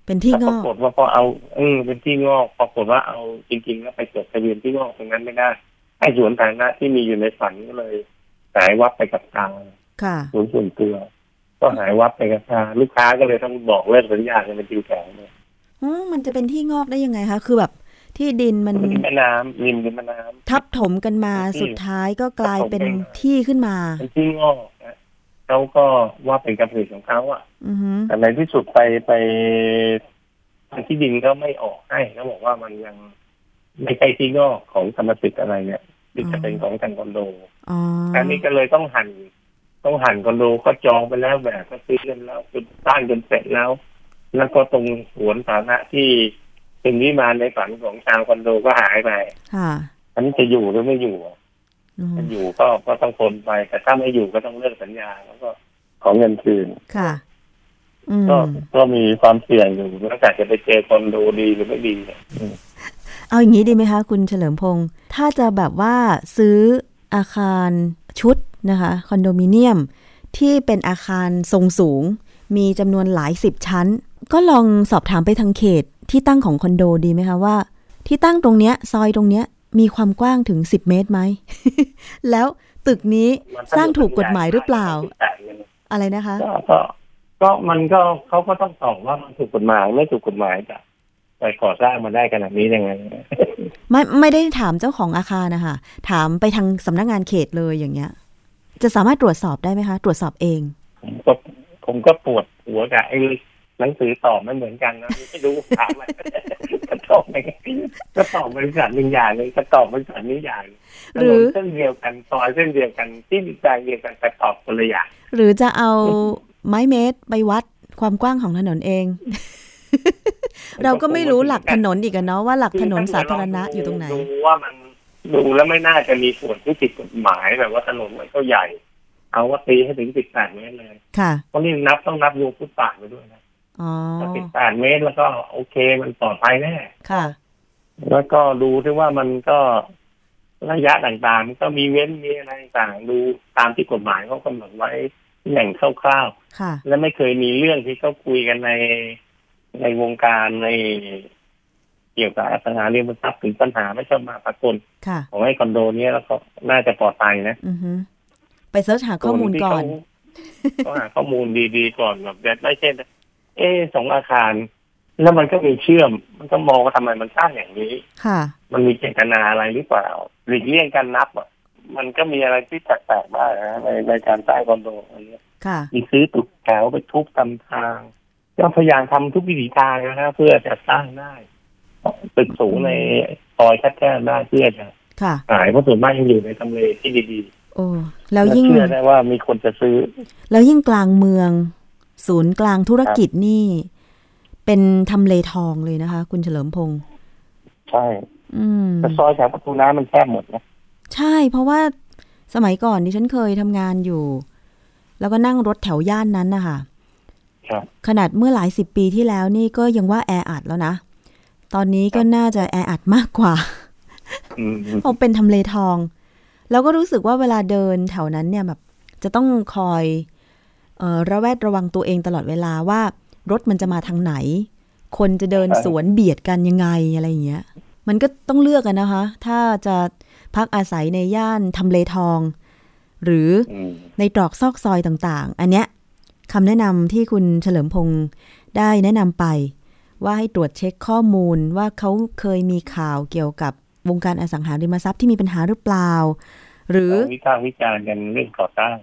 เป็นที่งปราอกกฏว่าพอเอาเป็นที่งอกปรากฏว่าเอาจริงๆแล้วไปจดทะเบียนที่งอกตรงนั้นไม่ได้ไอ้สวนสาธารณะที่มีอยู่ในฝันก็เลยหายวับไปกับตาค่ะส่วนตัวก็หายวับไปกับตาลูกค้าก็เลยต้องบอกเลิกสัญญากันเป็นติวแข็งเลยมันจะเป็นที่งอกได้ยังไงคะคือแบบที่ดินมันริมแม่น้ำริมแม่น้ำทับถมกันมาสุดท้ายก็กลายเป็นที่ขึ้นมาเป็นที่งอกนะเขาก็ว่าเป็นการผลิตของเขาอ่ะแต่ในที่สุดไปที่ดินก็ไม่ออกให้เขาบอกว่ามันยังไม่ใช่ที่งอกของธรรมสิทธิ์อะไรเนี่ยที่จะเป็นของทางคอนโดอันนี้ก็เลยต้องหั่นคอนโดก็จองไปแล้วแบบก็ซื้อกันแล้วจนสร้างจนเสร็จแล้วก็ตรงสวนสาธารณะที่เป็นวิมานในฝันของชาวคอนโดก็หายไปอันนี้จะอยู่หรือไม่อยู่ถ้าอยู่ก็ต้องทนไปแต่ถ้าไม่อยู่ก็ต้องเลิกสัญญาแล้วก็ขอเงินคืนค่ะก็มีความเสี่ยงอยู่แล้วแต่จะไปเจอคอนโดดีหรือไม่ดีเอาอย่างนี้ดีไหมคะคุณเฉลิมพงษ์ถ้าจะแบบว่าซื้ออาคารชุดนะคะคอนโดมิเนียมที่เป็นอาคารทรงสูงมีจำนวนหลาย10ชั้นก็ลองสอบถามไปทางเขตที่ตั้งของคอนโดดีไหมคะว่าที่ตั้งตรงเนี้ยซอยตรงเนี้ยมีความกว้างถึง10 เมตรไหม แล้วตึกนี้สร้างถูกกฎหมายหรือเปล่าอะไรนะคะก็มันก็เขาก็ต้องตอบว่ามันถูกกฎหมายไม่ถูกกฎหมายจ้ะไปก่อสร้างมาได้ขนาดนี้ยังไงไม่ได้ถามเจ้าของอาคารนะคะถามไปทางสำนักงานเขตเลยอย่างเงี้ยจะสามารถตรวจสอบได้ไหมคะตรวจสอบเองผมก็ปวดหัวกับไอ้หนังสือตอบไม่เหมือนกันนะไม่รู้ถามอะไรก็ตอบบบริษัทหนึ่งอย่างเลยก็ตอบบริษัทนี้อย่างถนนเส้นเดียวกันซอยเส้นเดียวกันที่ดินแดงเดียวกันแต่ตอบคนละอย่างหรือจะเอาไม้เมตรไปวัดความกว้างของถนนเอง เราก็ไม่รู้หลักถนนอีกเนาะว่าหลักถนนสาธารณะอยู่ตรงไหนดูว่ามันดูแล้วไม่น่าจะมีส่วนที่ผิดกฎหมายแบบว่าถนนมันก็ใหญ่เอาว่าตีให้ถึง18 เมตรเลยค่ะเพราะนี่ต้องนับรวมฟุตบาทไปด้วยนะถ้า18 เมตรแล้วก็โอเคมันปลอดภัยแน่ค่ะแล้วก็ดูที่ว่ามันก็ระยะต่างๆมันก็มีเว้นมีอะไรต่างดูตามที่กฎหมายเขากำหนดไว้อย่างคร่าวๆและไม่เคยมีเรื่องที่เขาคุยกันในวงการในเกี่ยวกับอสังหาริมทรัพย์ถึงปัญหาไม่ชอบมาพากลของไอ้คอนโดนี้แล้วก็น่าจะปลอดภัยนะไปเสิร์ชหาข้อมูลก่อนก็หาข้อมูลดีๆก่อนแบบไม่ใช่สองอาคารแล้วมันก็มีเชื่อมมันก็มองว่าทำไมมันสร้างอย่างนี้มันมีเจตนาอะไรหรือเปล่าหลีกเลี่ยงการนับมันก็มีอะไรที่แปลกๆบ้างนะในการสร้างคอนโดอะไรเงี้ยมีซื้อตึกแถวไปทุบตามทางก็พยายามทำทุกวิถีทางนะเพื่อจะสร้างได้ตึกสูงในซอยแคบๆได้เพื่อจะขายเพราะส่วนมากยังอยู่ในทำเลที่ดีๆโอ้แล้วยิ่งเชื่อได้ว่ามีคนจะซื้อแล้วยิ่งกลางเมืองศูนย์กลางธุรกิจนี่เป็นทำเลทองเลยนะคะคุณเฉลิมพงษ์ใช่แต่ซอยแถวประตูน้ำมันแคบหมดนะใช่เพราะว่าสมัยก่อนดิฉันเคยทำงานอยู่แล้วก็นั่งรถแถวย่านนั้นนะคะขนาดเมื่อหลาย10 ปีที่แล้วนี่ก็ยังว่าแออัดแล้วนะตอนนี้ก็น่าจะแออัดมากกว่าเพราะเป็นทำเลทองแล้วก็รู้สึกว่าเวลาเดินแถวนั้นเนี่ยแบบจะต้องคอยระแวดระวังตัวเองตลอดเวลาว่ารถมันจะมาทางไหนคนจะเดินสวนเบียดกันยังไงอะไรอย่างเงี้ยมันก็ต้องเลือกกันนะคะถ้าจะพักอาศัยในย่านทำเลทองหรือในตรอกซอกซอยต่างๆอันเนี้ยคำแนะนำที่คุณเฉลิมพงษ์ได้แนะนำไปว่าให้ตรวจเช็คข้อมูลว่าเขาเคยมีข่าวเกี่ยวกับวงการอสังหาริมทรัพย์ที่มีปัญหาหรือเปล่าหรือวิพากษ์วิจารณ์กันเรื่องก่อสร้าง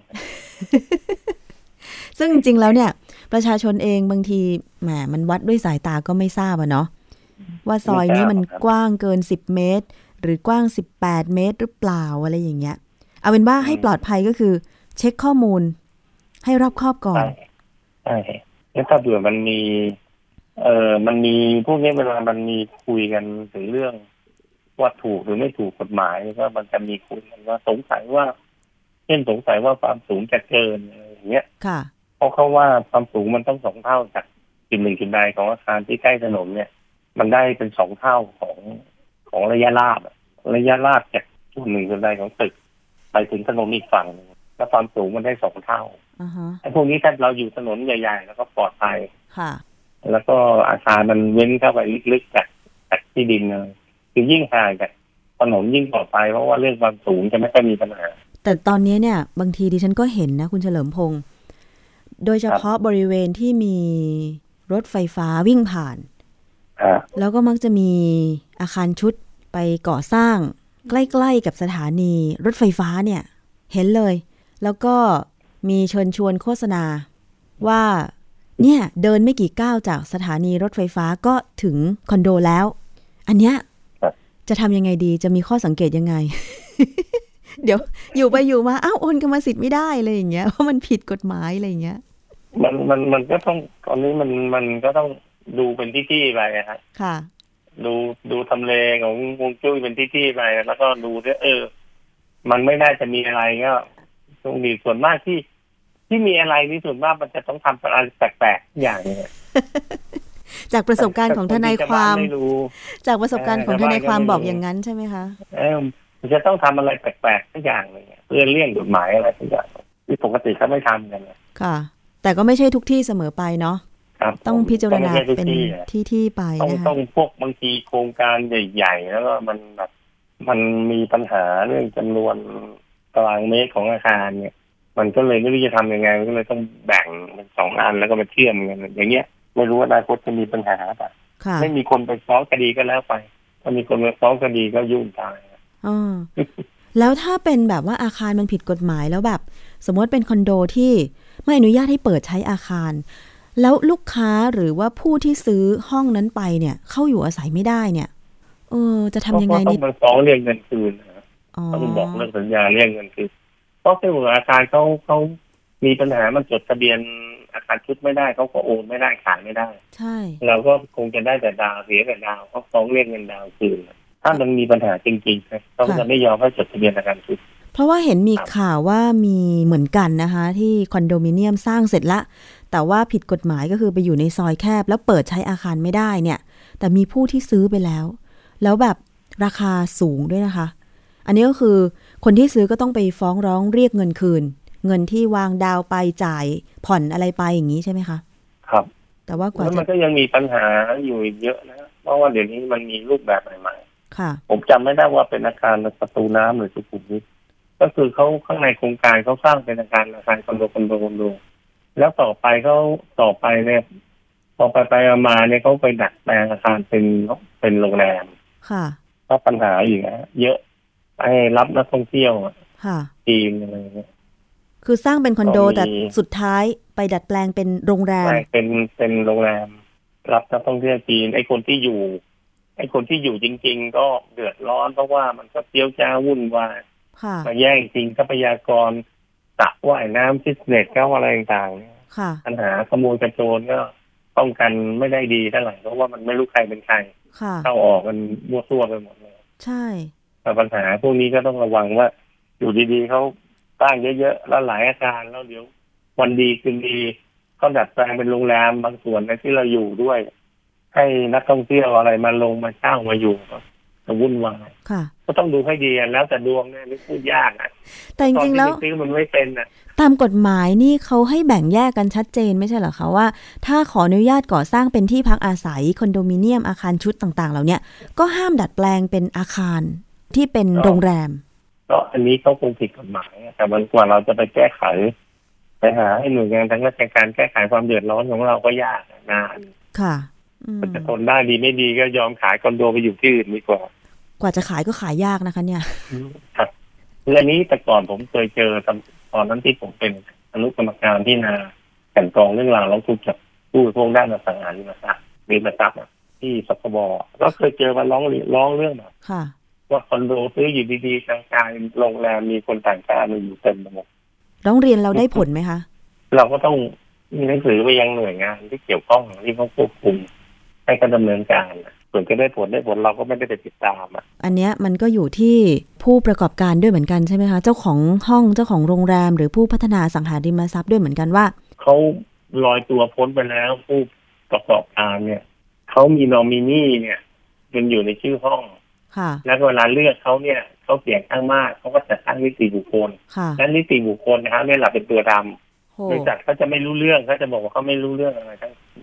ซึ่งจริงๆแล้วเนี่ยประชาชนเองบางทีแหมมันวัดด้วยสายตาก็ไม่ทราบเนาะว่าซอยนี้มันกว้างเกิน10 เมตรหรือกว้าง18 เมตรหรือเปล่าอะไรอย่างเงี้ยเอาเป็นว่าให้ปลอดภัยก็คือเช็คข้อมูลให้รอบคอบก่อนใช่แล้วถ้าเผื่อมันมีพวกนี้เวลามันมีคุยกันถึงเรื่องว่าถูกหรือไม่ถูกกฎหมายก็มันจะมีคุยกันว่าสงสัยว่าเช่นสงสัยว่าความสูงจะเกินอะไรอย่างเงี้ยเพราะเขาว่าความสูงมันต้อง2 เท่าจากจุดหนึ่งจุดใดของอาคารที่ใกล้ถนนเนี่ยมันได้เป็น2 เท่าของระยะราบจากจุดหนึ่งจุดใดของตึกไปถึงถนนอีกฝั่งแล้วความสูงมันได้2 เท่าไอ้พวกนี้ถ้าเราอยู่ถนนใหญ่ๆแล้วก็ปลอดภัยแล้วก็อาคารมันเว้นเข้าไปลึกๆจากที่ดินเลยคือยิ่งห่างจากถนนยิ่งปลอดภัยเพราะว่าเรื่องความสูงจะไม่ค่อยมีปัญหาแต่ตอนนี้เนี่ยบางทีดิฉันก็เห็นนะคุณเฉลิมพงษ์โดยเฉพาะบริเวณที่มีรถไฟฟ้าวิ่งผ่านแล้วก็มักจะมีอาคารชุดไปก่อสร้างใกล้ๆกับสถานีรถไฟฟ้าเนี่ยเห็นเลยแล้วก็มีเชิญชวนโฆษณาว่าเนี่ยเดินไม่กี่ก้าวจากสถานีรถไฟฟ้าก็ถึงคอนโดแล้วอันเนี้ยจะทำยังไงดีจะมีข้อสังเกตยังไง เดี๋ยวอยู่ไปอยู่มาอ้าวโอนกรรมสิทธิ์ไม่ได้อะไรอย่างเงี้ยเพราะมันผิดกฎหมายอะไรอย่างเงี้ยมันก็ต้องตอนนี้มันก็ต้องดูเป็นที่ไปครับค่ะดูทำเลของฮวงจุ้ยเป็นที่ไปแล้วก็ดูด้วยมันไม่น่าจะมีอะไรก็ต้องมีส่วนมากที่มีอะไรนี่ส่วนมากมันจะต้องทำอะไรแปลกๆอย่างนี้จากประสบการณ์ของทนายความจากประสบการณ์ของทนายความบอกอย่างนั้นใช่ไหมคะมันจะต้องทำอะไรแปลกๆทุกอย่างเลยเพื่อเลี่ยงกฎหมายอะไรทุกอย่างที่ปกติเขาไม่ทำกันค่ะแต่ก็ไม่ใช่ทุกที่เสมอไปเนาะต้องพิจารณาเป็นที่ไปนะคะต้องพวกบางทีโครงการใหญ่ๆแล้วก็มันแบบมันมีปัญหาเรื่องจำนวนตารางเมตรของอาคารเนี่ยมันก็เลยไม่รู้จะทำยังไงก็เลยต้องแบ่งเป็น2 อันแล้วก็มาเชื่อมกันอย่างเงี้ยไม่รู้ว่าอนาคตจะมีปัญหาป่ะไม่มีคนไปฟ้องคดีก็แล้วไปถ้ามีคนไปฟ้องคดีก็ยุ่งตายแล้วถ้าเป็นแบบว่าอาคารมันผิดกฎหมายแล้วแบบสมมติเป็นคอนโดที่ไม่อนุญาตให้เปิดใช้อาคารแล้วลูกค้าหรือว่าผู้ที่ซื้อห้องนั้นไปเนี่ยเข้าอยู่อาศัยไม่ได้เนี่ยจะทำยังไงนี่ต้องฟ้องเรียกเงินคืนต้องบอกเรื่องสัญญาเรียกเงินคืนเพราะที่อาคารเขามีปัญหามันจดทะเบียนอาคารชุดไม่ได้เขาก็โอนไม่ได้ขายไม่ได้ใช่เราก็คงจะได้แต่ดาวเสียแต่ดาวเขาฟ้องเรียกเงินดาวคืนถ้ามันมีปัญหาจริงๆเขาจะไม่ยอมให้จดทะเบียนอาคารชุดเพราะว่าเห็นมีข่าวว่ามีเหมือนกันนะคะที่คอนโดมิเนียมสร้างเสร็จละแต่ว่าผิดกฎหมายก็คือไปอยู่ในซอยแคบแล้วเปิดใช้อาคารไม่ได้เนี่ยแต่มีผู้ที่ซื้อไปแล้วแบบราคาสูงด้วยนะคะอันนี้ก็คือคนที่ซื้อก็ต้องไปฟ้องร้องเรียกเงินคืนเงินที่วางดาวไปจ่ายผ่อนอะไรไปอย่างนี้ใช่ไหมคะครับแต่ว่ากว่ามันก็ยังมีปัญหาอยู่เยอะนะเพราะว่าเดี๋ยวนี้มันมีรูปแบบใหม่ๆค่ะผมจำไม่ได้ว่าเป็นอาคารประตูน้ำหรือสุขุมวิทก็คือเขาข้างในโครงการเขาสร้างเป็นอาคารคอนโดแล้วต่อไปเนี่ยพอไปมาเนี่ยเขาไปดัดแปลงอาคารเป็นโรงแรมค่ะเพราะปัญหาอยู่นะเยอะไปรับนักท่องเที่ยวค่ะจีนอะไรเงี้ยคือสร้างเป็นคอนโดแต่สุดท้ายไปดัดแปลงเป็นโรงแรมเป็นโรงแรมรับนักท่องเที่ยวจีนไอ้คนที่อยู่จริงๆก็เดือดร้อนเพราะว่ามันก็เตี้ยวจ้าวุ่นวายมาแย่งจริงทรัพยากรสระว่ายน้ำฟิตเนสก็อะไรต่างๆปัญหาขโมยกระโจนก็ป้องกันไม่ได้ดีเท่าไหร่เพราะว่ามันไม่รู้ใครเป็นใครเข้าออกกันมั่วซั่วไปหมดเลยใช่แต่ปัญหาพวกนี้ก็ต้องระวังว่าอยู่ดีๆเขาสร้างเยอะๆแล้วหลายอาคารแล้วเดี๋ยววันดีคืนดีเขาดัดแปลงเป็นโรงแรมบางส่วนในที่เราอยู่ด้วยให้นักท่องเที่ยวอะไรมาลงมาเช่ามาอยู่ก็วุ่นวายก็ต้องดูให้ดีแล้วแต่ดวงเนี่ยไม่พูดยากแต่จริงๆแล้วซื้อมันไม่เป็นตามกฎหมายนี่เขาให้แบ่งแยกกันชัดเจนไม่ใช่เหรอคะว่าถ้าขออนุญาตก่อสร้างเป็นที่พักอาศัยคอนโดมิเนียมอาคารชุดต่างๆเหล่านี้ก็ห้ามดัดแปลงเป็นอาคารที่เป็นโรงแรมก็อันนี้เขาคงผิดกฎหมายแต่มันกว่าเราจะไปแก้ไขไปหาให้หน่วยงานทางราชการแก้ไขความเดือดร้อนของเราก็ยากนานค่ะจะทนได้ดีไม่ดีก็ยอมขายคอนโดไปอยู่ที่อื่นดีกว่าจะขายก็ขายยากนะคะเนี่ยครับคืออันนี้แต่ก่อนผมเคยเจอตอนนั้นที่ผมเป็นอนุกรรมการที่นากันกรองเรื่องราวร้องทุกข์จากผู้บริโภคด้านอสังหาริมทรัพย์ที่สคบก็เคยเจอมาร้องเรื่องแบบว่าคอนโดซื้ออยู่ดีๆกลางๆโรงแรมมีคนต่างชาติมาอยู่เต็มไปหมดร้องเรียนเราได้ผลไหมคะเราก็ต้องมีหนังสือไปยังหน่วยงานที่เกี่ยวข้องที่เขาควบคุมให้การดำเนินการส่วนจะได้ผลเราก็ไม่ได้ไปติดตามอันเนี้ยมันก็อยู่ที่ผู้ประกอบการด้วยเหมือนกันใช่ไหมคะเจ้าของห้องเจ้าของโรงแรมหรือผู้พัฒนาสังหาริมทรัพย์ด้วยเหมือนกันว่าเขาลอยตัวพ้นไปแล้วผู้ประกอบการเนี่ยเขามีนอมินีเนี่ยมันอยู่ในชื่อห้องแล้วเวลาเลือกเขาเนี่ยเขาเสียงข้างมากเขาก็จะตั้งนิติบุคคลและนิติบุคคลนะครับเนี่ยแหละเป็นตัวดำบริษัทเขาจะไม่รู้เรื่องเขาจะบอกว่าเขาไม่รู้เรื่องอะไรทั้ง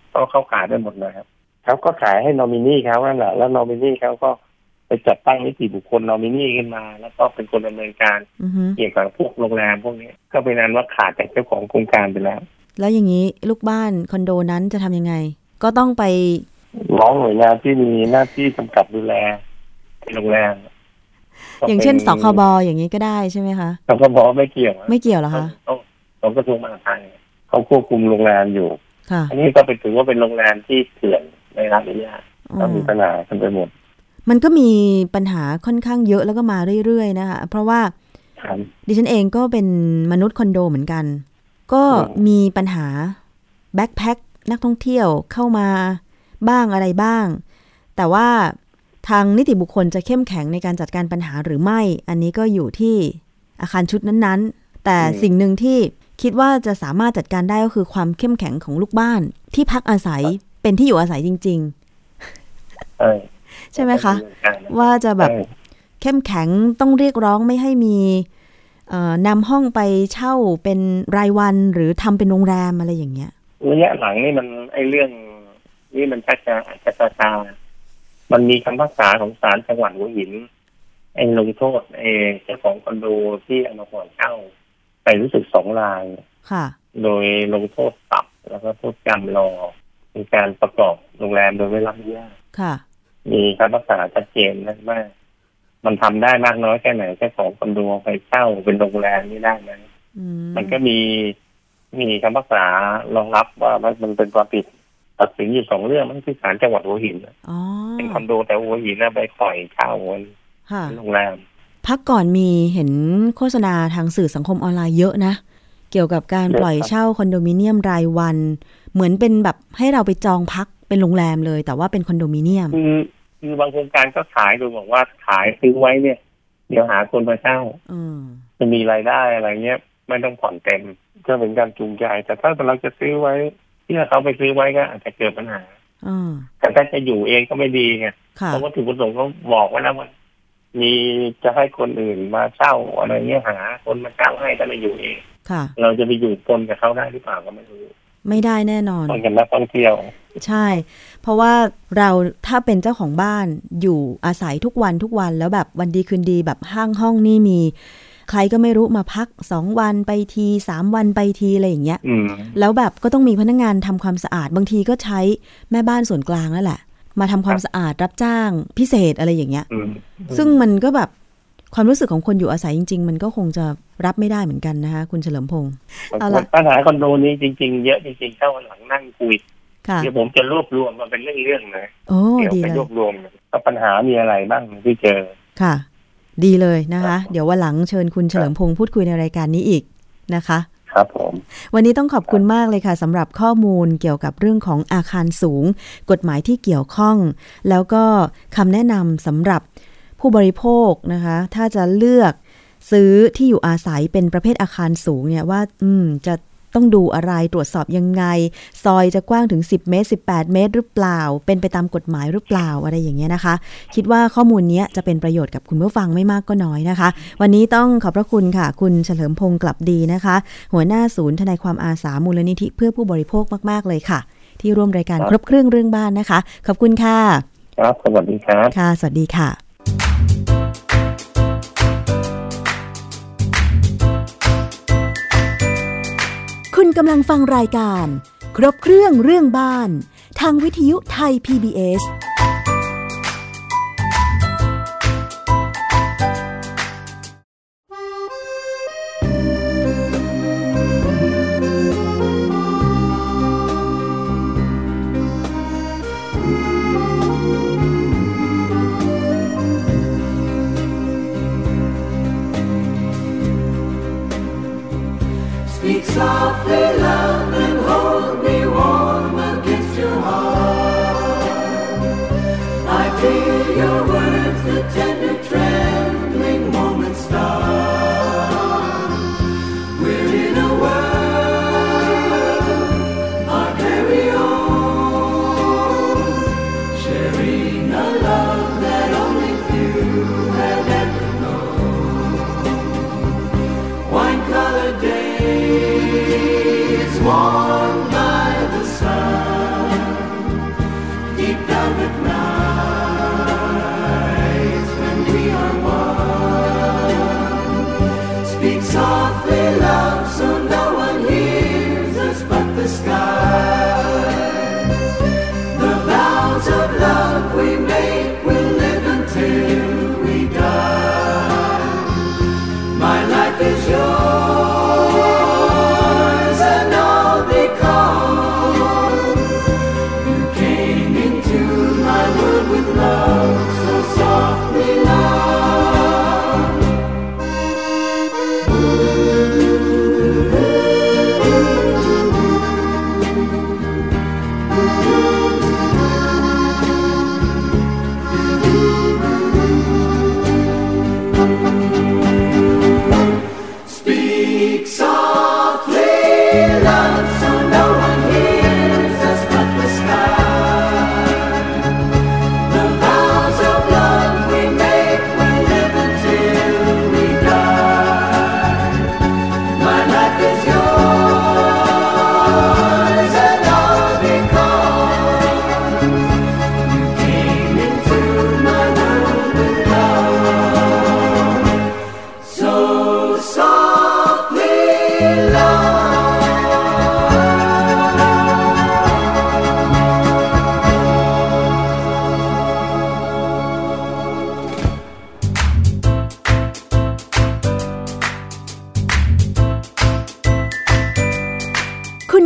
เขาขายได้หมดเลยครับเขาก็ขายให้นอมินีเขานั่นแหละแล้วนอมินีเขาก็ไปจัดตั้งนิติบุคคลนอมินีขึ้นมาแล้วก็เป็นคนดำเนินการเกี่ยวกับพวกโรงแรมพวกนี้ก็เป็นนั้นว่าขาดจากเจ้าของโครงการไปแล้วอย่างนี้ลูกบ้านคอนโดนั้นจะทำยังไงก็ต้องไปร้องหน่วยงานที่มีหน้าที่กำกับดูแลโรงแรมอย่างเช่นสคบอย่างนี้ก็ได้ใช่ไหมคะสคบไม่เกี่ยวเหรอคะต้องกระทรวงมหาดไทยเขาควบคุมโรงแรมอยู่อันนี้ก็เป็นถือว่าเป็นโรงแรมที่เถื่อนในรัฐอนุญาตต้องมีปัญหากันไปหมดมันก็มีปัญหาค่อนข้างเยอะแล้วก็มาเรื่อยๆนะคะเพราะว่าดิฉันเองก็เป็นมนุษย์คอนโดเหมือนกันก็มีปัญหาแบ็คแพ็คนักท่องเที่ยวเข้ามาบ้างอะไรบ้างแต่ว่าทางนิติบุคคลจะเข้มแข็งในการจัดการปัญหาหรือไม่อันนี้ก็อยู่ที่อาคารชุดนั้นๆแต่สิ่งหนึ่งที่คิดว่าจะสามารถจัดการได้ก็คือความเข้มแข็งของลูกบ้านที่พักอาศัยเป็นที่อยู่อาศัยจริงๆใช่ไหมคะว่าจะแบบเข้มแข็งต้องเรียกร้องไม่ให้มีนำห้องไปเช่าเป็นรายวันหรือทำเป็นโรงแรมอะไรอย่างเงี้ยระยะหลังนี่มันเรื่องนี่มันชักจะตามันมีคำพิพากษาของศาลจังหวัดหัวหินลงโทษเจ้าของคอนโดที่เอามาปล่อยเช่าไปรู้สึก2 รายค่ะโดยลงโทษปรับแล้วก็โทษจำรอในการประกอบโรงแรมโดยไม่รับอนุญาตค่ะมีคำพิพากษาชัดเจนนะว่ามันทำได้มากน้อยแค่ไหนเจ้าของคอนโดไปเช่าเป็นโรงแรมนี่ได้ไหมมันก็มีคำพิพากษารองรับว่ามันเป็นความผิดตัดสินอยู่2 เรื่องมันที่ศาลจังหวัดหัวหินเป็นคอนโดแต่หัวหินไปปล่อยเช่าโรงแรมพักก่อนมีเห็นโฆษณาทางสื่อสังคมออนไลน์เยอะนะเกี่ยวกับการปล่อยเช่าคอนโดมิเนียมรายวันเหมือนเป็นแบบให้เราไปจองพักเป็นโรงแรมเลยแต่ว่าเป็นคอนโดมิเนียมคือบางโครงการก็ขายโดยบอกว่าขายซื้อไว้เนี่ยเดี๋ยวหาคนมาเช่าจะมีรายได้อะไรเงี้ยไม่ต้องผ่อนเต็มก็เป็นการจูงใจแต่ถ้าเราจะซื้อไว้ที่เขาไปซื้อไว้ก็อาจจะเกิดปัญหาแต่ถ้าจะอยู่เองก็ไม่ดีไงเพราะว่าถูกประสงค์เขาบอกไว้แล้วว่ามีจะให้คนอื่นมาเช่าอะไรเงี้ยหาคนมาเช่าให้แต่ไม่อยู่เองเราจะไปอยู่ปนกับเขาได้หรือเปล่าก็ไม่รู้ไม่ได้แน่นอนต้องกันนักท่องเที่ยวใช่เพราะว่าเราถ้าเป็นเจ้าของบ้านอยู่อาศัยทุกวันแล้วแบบวันดีคืนดีแบบห้องนี่มีใครก็ไม่รู้มาพัก2 วันไปที3 วันไปทีอะไรอย่างเงี้ยแล้วแบบก็ต้องมีพนักงานทำความสะอาดบางทีก็ใช้แม่บ้านส่วนกลางนั่นแหละมาทำความสะอาดรับจ้างพิเศษอะไรอย่างเงี้ยซึ่งมันก็แบบความรู้สึกของคนอยู่อาศัยจริงๆมันก็คงจะรับไม่ได้เหมือนกันนะคะคุณเฉลิมพงษ์ปัญหาคอนโดนี้จริงๆเยอะจริงๆเข้าหลังนั่งคุยเดี๋ยวผมจะรวบรวมมาเป็นเรื่องๆเลยเดี๋ยวไปรวบรวมว่าปัญหามีอะไรบ้างที่เจอค่ะดีเลยนะคะเดี๋ยววันหลังเชิญคุณเฉลิมพงษ์พูดคุยในรายการนี้อีกนะคะครับผมวันนี้ต้องขอบคุณมากเลยค่ะสำหรับข้อมูลเกี่ยวกับเรื่องของอาคารสูงกฎหมายที่เกี่ยวข้องแล้วก็คำแนะนำสำหรับผู้บริโภคนะคะถ้าจะเลือกซื้อที่อยู่อาศัยเป็นประเภทอาคารสูงเนี่ยว่าจะต้องดูอะไรตรวจสอบยังไงซอยจะกว้างถึง10 เมตร18 เมตรหรือเปล่าเป็นไปตามกฎหมายหรือเปล่าอะไรอย่างเงี้ยนะคะคิดว่าข้อมูลนี้จะเป็นประโยชน์กับคุณผู้ฟังไม่มากก็น้อยนะคะวันนี้ต้องขอบพระคุณค่ะคุณเฉลิมพงษ์กลับดีนะคะหัวหน้าศูนย์ทนายความอาสามูลนิธิเพื่อผู้บริโภคมากๆเลยค่ะที่ร่วมรายการครบเครื่องเรื่องบ้านนะคะขอบคุณค่ะครับสวัสดีครับค่ะสวัสดีค่ะคุณกำลังฟังรายการครบเครื่องเรื่องบ้านทางวิทยุไทย PBS Speak softly, loud, and hold me warm against your heart.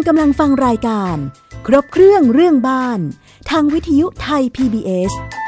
กำลังฟังรายการครบเครื่องเรื่องบ้านทางวิทยุไทย PBS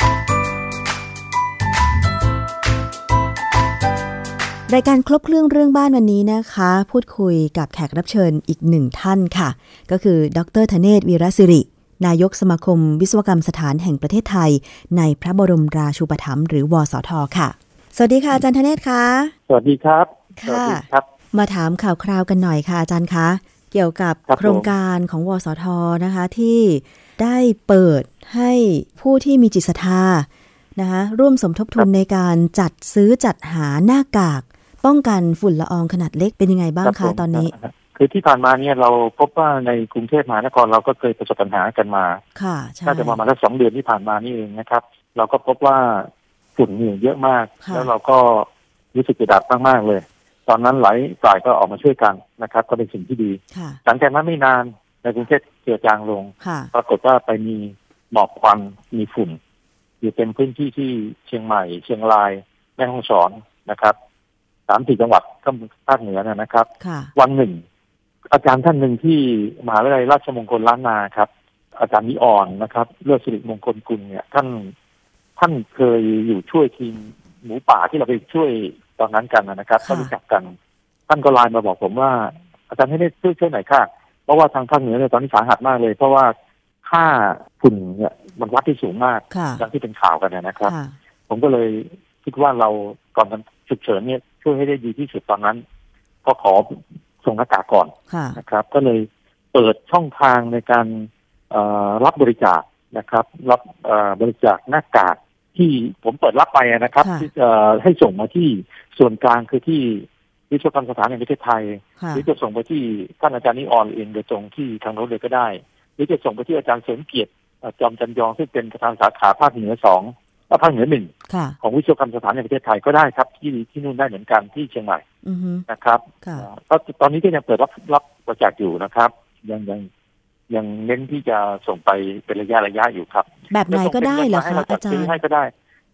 รายการครบเครื่องเรื่องบ้านวันนี้นะคะพูดคุยกับแขกรับเชิญอีกหนึ่งท่านค่ะก็คือดร.ธเนศ วีรศิรินายกสมาคมวิศวกรรมสถานแห่งประเทศไทยในพระบรมราชูปถัมภ์หรือวสท.ค่ะสวัสดีค่ะอาจารย์ธเนศค่ะสวัสดีครับค่ะมาถามข่าวคราวกันหน่อยค่ะอาจารย์คะเกี่ยวกับโครงการของวสท.นะคะที่ได้เปิดให้ผู้ที่มีจิตศรัทธานะคะร่วมสมทบทุนในการจัดซื้อจัดหาหน้ากากป้องกันฝุ่นละอองขนาดเล็กเป็นยังไงบ้างคะตอนนี้คือที่ผ่านมาเนี่ยเราพบว่าในกรุงเทพมหานครเราก็เคยประสบปัญหากันมาค่ะใช่น่าจะประมาณสัก2 เดือนที่ผ่านมานี่เองนะครับเราก็พบว่าฝุ่นเนี่ยเยอะมากแล้วเราก็รู้สึกอึดอัดมากๆเลยตอนนั้นหลายฝ่ายก็ออกมาช่วยกันนะครับก็เป็นสิ่งที่ดีหลังจากนั้นไม่นานในกรุงเทพเจือจางลงปรากฏว่าไปมีหมอกควันมีฝุ่นอยู่เต็มพื้นที่ที่เชียงใหม่เชียงรายแม่ฮ่องสอนนะครับ3-4 จังหวัดก็ภาคเหนือนะครับวันหนึ่งอาจารย์ท่านหนึ่งที่มหาวิทยาลัยราชมงคลล้านนาครับอาจารย์นิออนนะครับเลือดสิริมงคลกุลเนี่ยท่านเคยอยู่ช่วยทีมหมูป่าที่เราไปช่วยตอนนั้นกันนะครับก็รู้จักกันท่านก็ไลน์มาบอกผมว่าอาจารย์ให้ได้ช่วยหน่อยค่ะเพราะว่าทางภาคเหนือเนี่ยตอนนี้สาหัสมากเลยเพราะว่าค่าฝุ่นเนี่ยมันวัดที่สูงมากอย่างที่เป็นข่าวกันนะครับผมก็เลยคิดว่าเราก่อนฉุกเฉินเนี่ยช่วยให้ได้ดีที่สุดตอนนั้นก็ขอส่งหน้ากากก่อนนะครับก็เลยเปิดช่องทางในการรับบริจาคนะครับรับบริจาคหน้ากากที่ผมเปิดรับไปนะครับที่ให้ส่งมาที่ส่วนกลางคือที่วิศวกรรมสถานแห่งประเทศไทยหรือจะส่งไปที่ท่านอาจารย์นิออนเองโดยตรงที่ทางโน้นเลยก็ได้หรือจะส่งไปที่อาจารย์เสริมเกียรติจอมจันยองซึ่งเป็นประธานสาขาภาคเหนือ2และภาคเหนือ1ของวิศวกรรมสถานแห่งประเทศไทยก็ได้ครับที่นู่นได้เหมือนกันที่เชียงใหม่นะครับก็ตอนนี้ก็ยังเปิดรับบริจาคอยู่นะครับยังเน้นที่จะส่งไปเป็นระยะอยู่ครับแบบไหนก็ได้เหรอคะอาจารย์ให้ก็ได้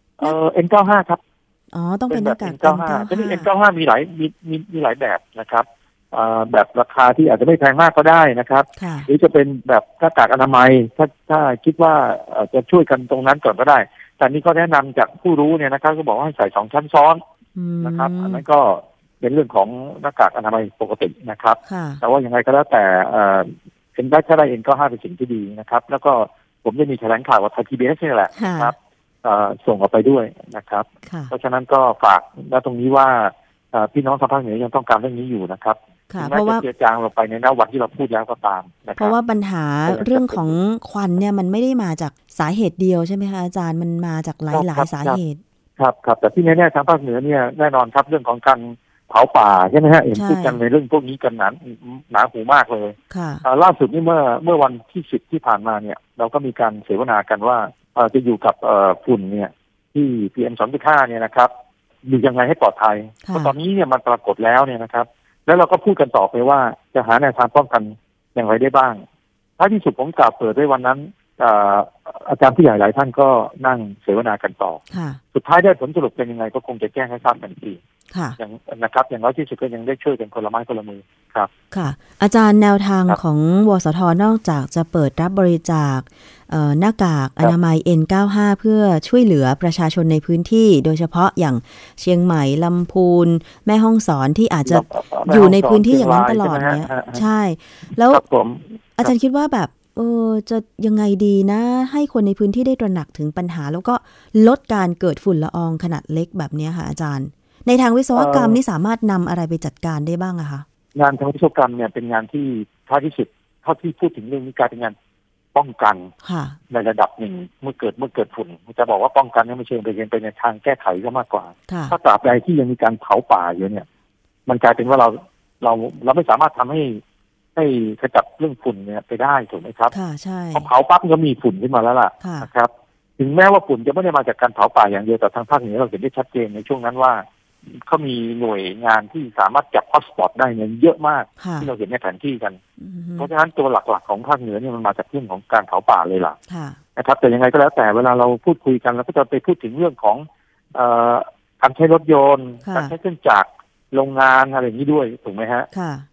N95 ครับอ๋อต้องเป็นหน้ากาก N95 แต่นี่ N95 มีหลายแบบนะครับแบบราคาที่อาจจะไม่แพงมากก็ได้นะครับหรือจะเป็นแบบหน้ากากอนามัยถ้าคิดว่าจะช่วยกันตรงนั้นก่อนก็ได้แต่นี่ก็แนะนำจากผู้รู้เนี่ยนะครับก็บอกว่าให้ใส่2 ชั้นซ้อนนะครับอันนั้นก็เป็นเรื่องของหน้ากากอนามัยปกตินะครับแต่ว่ายังไงก็แล้วแต่เป็นได้ถ้าได้N95เป็นสิ่งที่ดีนะครับแล้วก็ผมได้มีแถลงข่าวว่าไทย PBS นี่แหละนะครับส่งออกไปด้วยนะครับเพราะฉะนั้นก็ฝากณตรงนี้ว่าพี่น้องทางภาคเหนือยังต้องการเรื่องนี้อยู่นะครับเพราะว่าเจือจางลงไปในณวันที่เราพูดแล้วก็ตามนะครับเพราะว่าปัญหาเรื่องของควันเนี่ยมันไม่ได้มาจากสาเหตุเดียวใช่ไหมคะอาจารย์มันมาจากหลายสาเหตุครับแต่ที่แน่ๆทางภาคเหนือเนี่ยแน่นอนครับเรื่องของการเผาป่าใช่ไหมฮะเห็นพูดกันในเรื่องพวกนี้กันหนาหูมากเลยล่าสุดนี่เมื่อวันที่10ที่ผ่านมาเนี่ยเราก็มีการเสวนากันว่าจะอยู่กับฝุ่นเนี่ยที่ PM 2.5เนี่ยนะครับอยู่ยังไงให้ปลอดภัยเพราะตอนนี้เนี่ยมันปรากฏแล้วเนี่ยนะครับแล้วเราก็พูดกันต่อไปว่าจะหาแนวทางป้องกันอย่างไรได้บ้างท้ายที่สุดผมกล่าวเปิดไว้วันนั้นอาจารย์ผู้ใหญ่หลายท่านก็นั่งเสวนากันต่อสุดท้ายได้ผลสรุปเป็นยังไงก็คงจะแจ้งให้ทราบทันทีอย่างนะครับอย่างน้อยที่สุดก็ยังได้ช่วยกันคนละไม้คนละมือครับค่ะอาจารย์แนวทางของวสท.นอกจากจะเปิดรับบริจาคหน้ากากอนามัย N95 เพื่อช่วยเหลือประชาชนในพื้นที่โดยเฉพาะอย่างเชียงใหม่ลำพูนแม่ฮ่องสอนที่อาจจะอยู่ในพื้นที่อย่างนั้นตลอดเนี้ยใช่แล้วอาจารย์คิดว่าแบบจะยังไงดีนะให้คนในพื้นที่ได้ตระหนักถึงปัญหาแล้วก็ลดการเกิดฝุ่นละอองขนาดเล็กแบบนี้ค่ะอาจารย์ในทางวิศวกรรมนี่สามารถนำอะไรไปจัดการได้บ้างอะคะงานทางวิศวกรรมเนี่ยเป็นงานที่ท้ายที่สุดเท่าที่พูดถึงเรื่องนี้การเป็นงานป้องกันในระดับหนึ่งเมื่อเกิดฝุ่นจะบอกว่าป้องกันเนี่ยไม่เชิงไปในทางแก้ไขก็มากกว่าถ้าตราบใดที่ยังมีการเผาป่าอยู่เนี่ยมันกลายเป็นว่าเราไม่สามารถทำให้ขจัดเรื่องฝุ่นเนี่ยไปได้ถูกไหมครับพอเผาปั๊บก็มีฝุ่นขึ้นมาแล้วล่ะนะครับถึงแม้ว่าฝุ่นจะไม่ได้มาจากการเผาป่าอย่างเดียวแต่ทางภาคเหนือเราเห็นได้ชัดเจนในช่วงนั้นว่าเขามีหน่วยงานที่สามารถจับฮอตสปอตได้เนี่ยเยอะมากที่เราเห็นในแผนที่กันเพราะฉะนั้นตัวหลักๆของภาคเหนือเนี่ยมันมาจากเรื่องของการเผาป่าเลยล่ะนะครับแต่ยังไงก็แล้วแต่เวลาเราพูดคุยกันเราก็จะไปพูดถึงเรื่องของการใช้รถยนต์การใช้เครื่องจักรโรงงานอะไรอย่างนี้ด้วยถูกไหมฮะ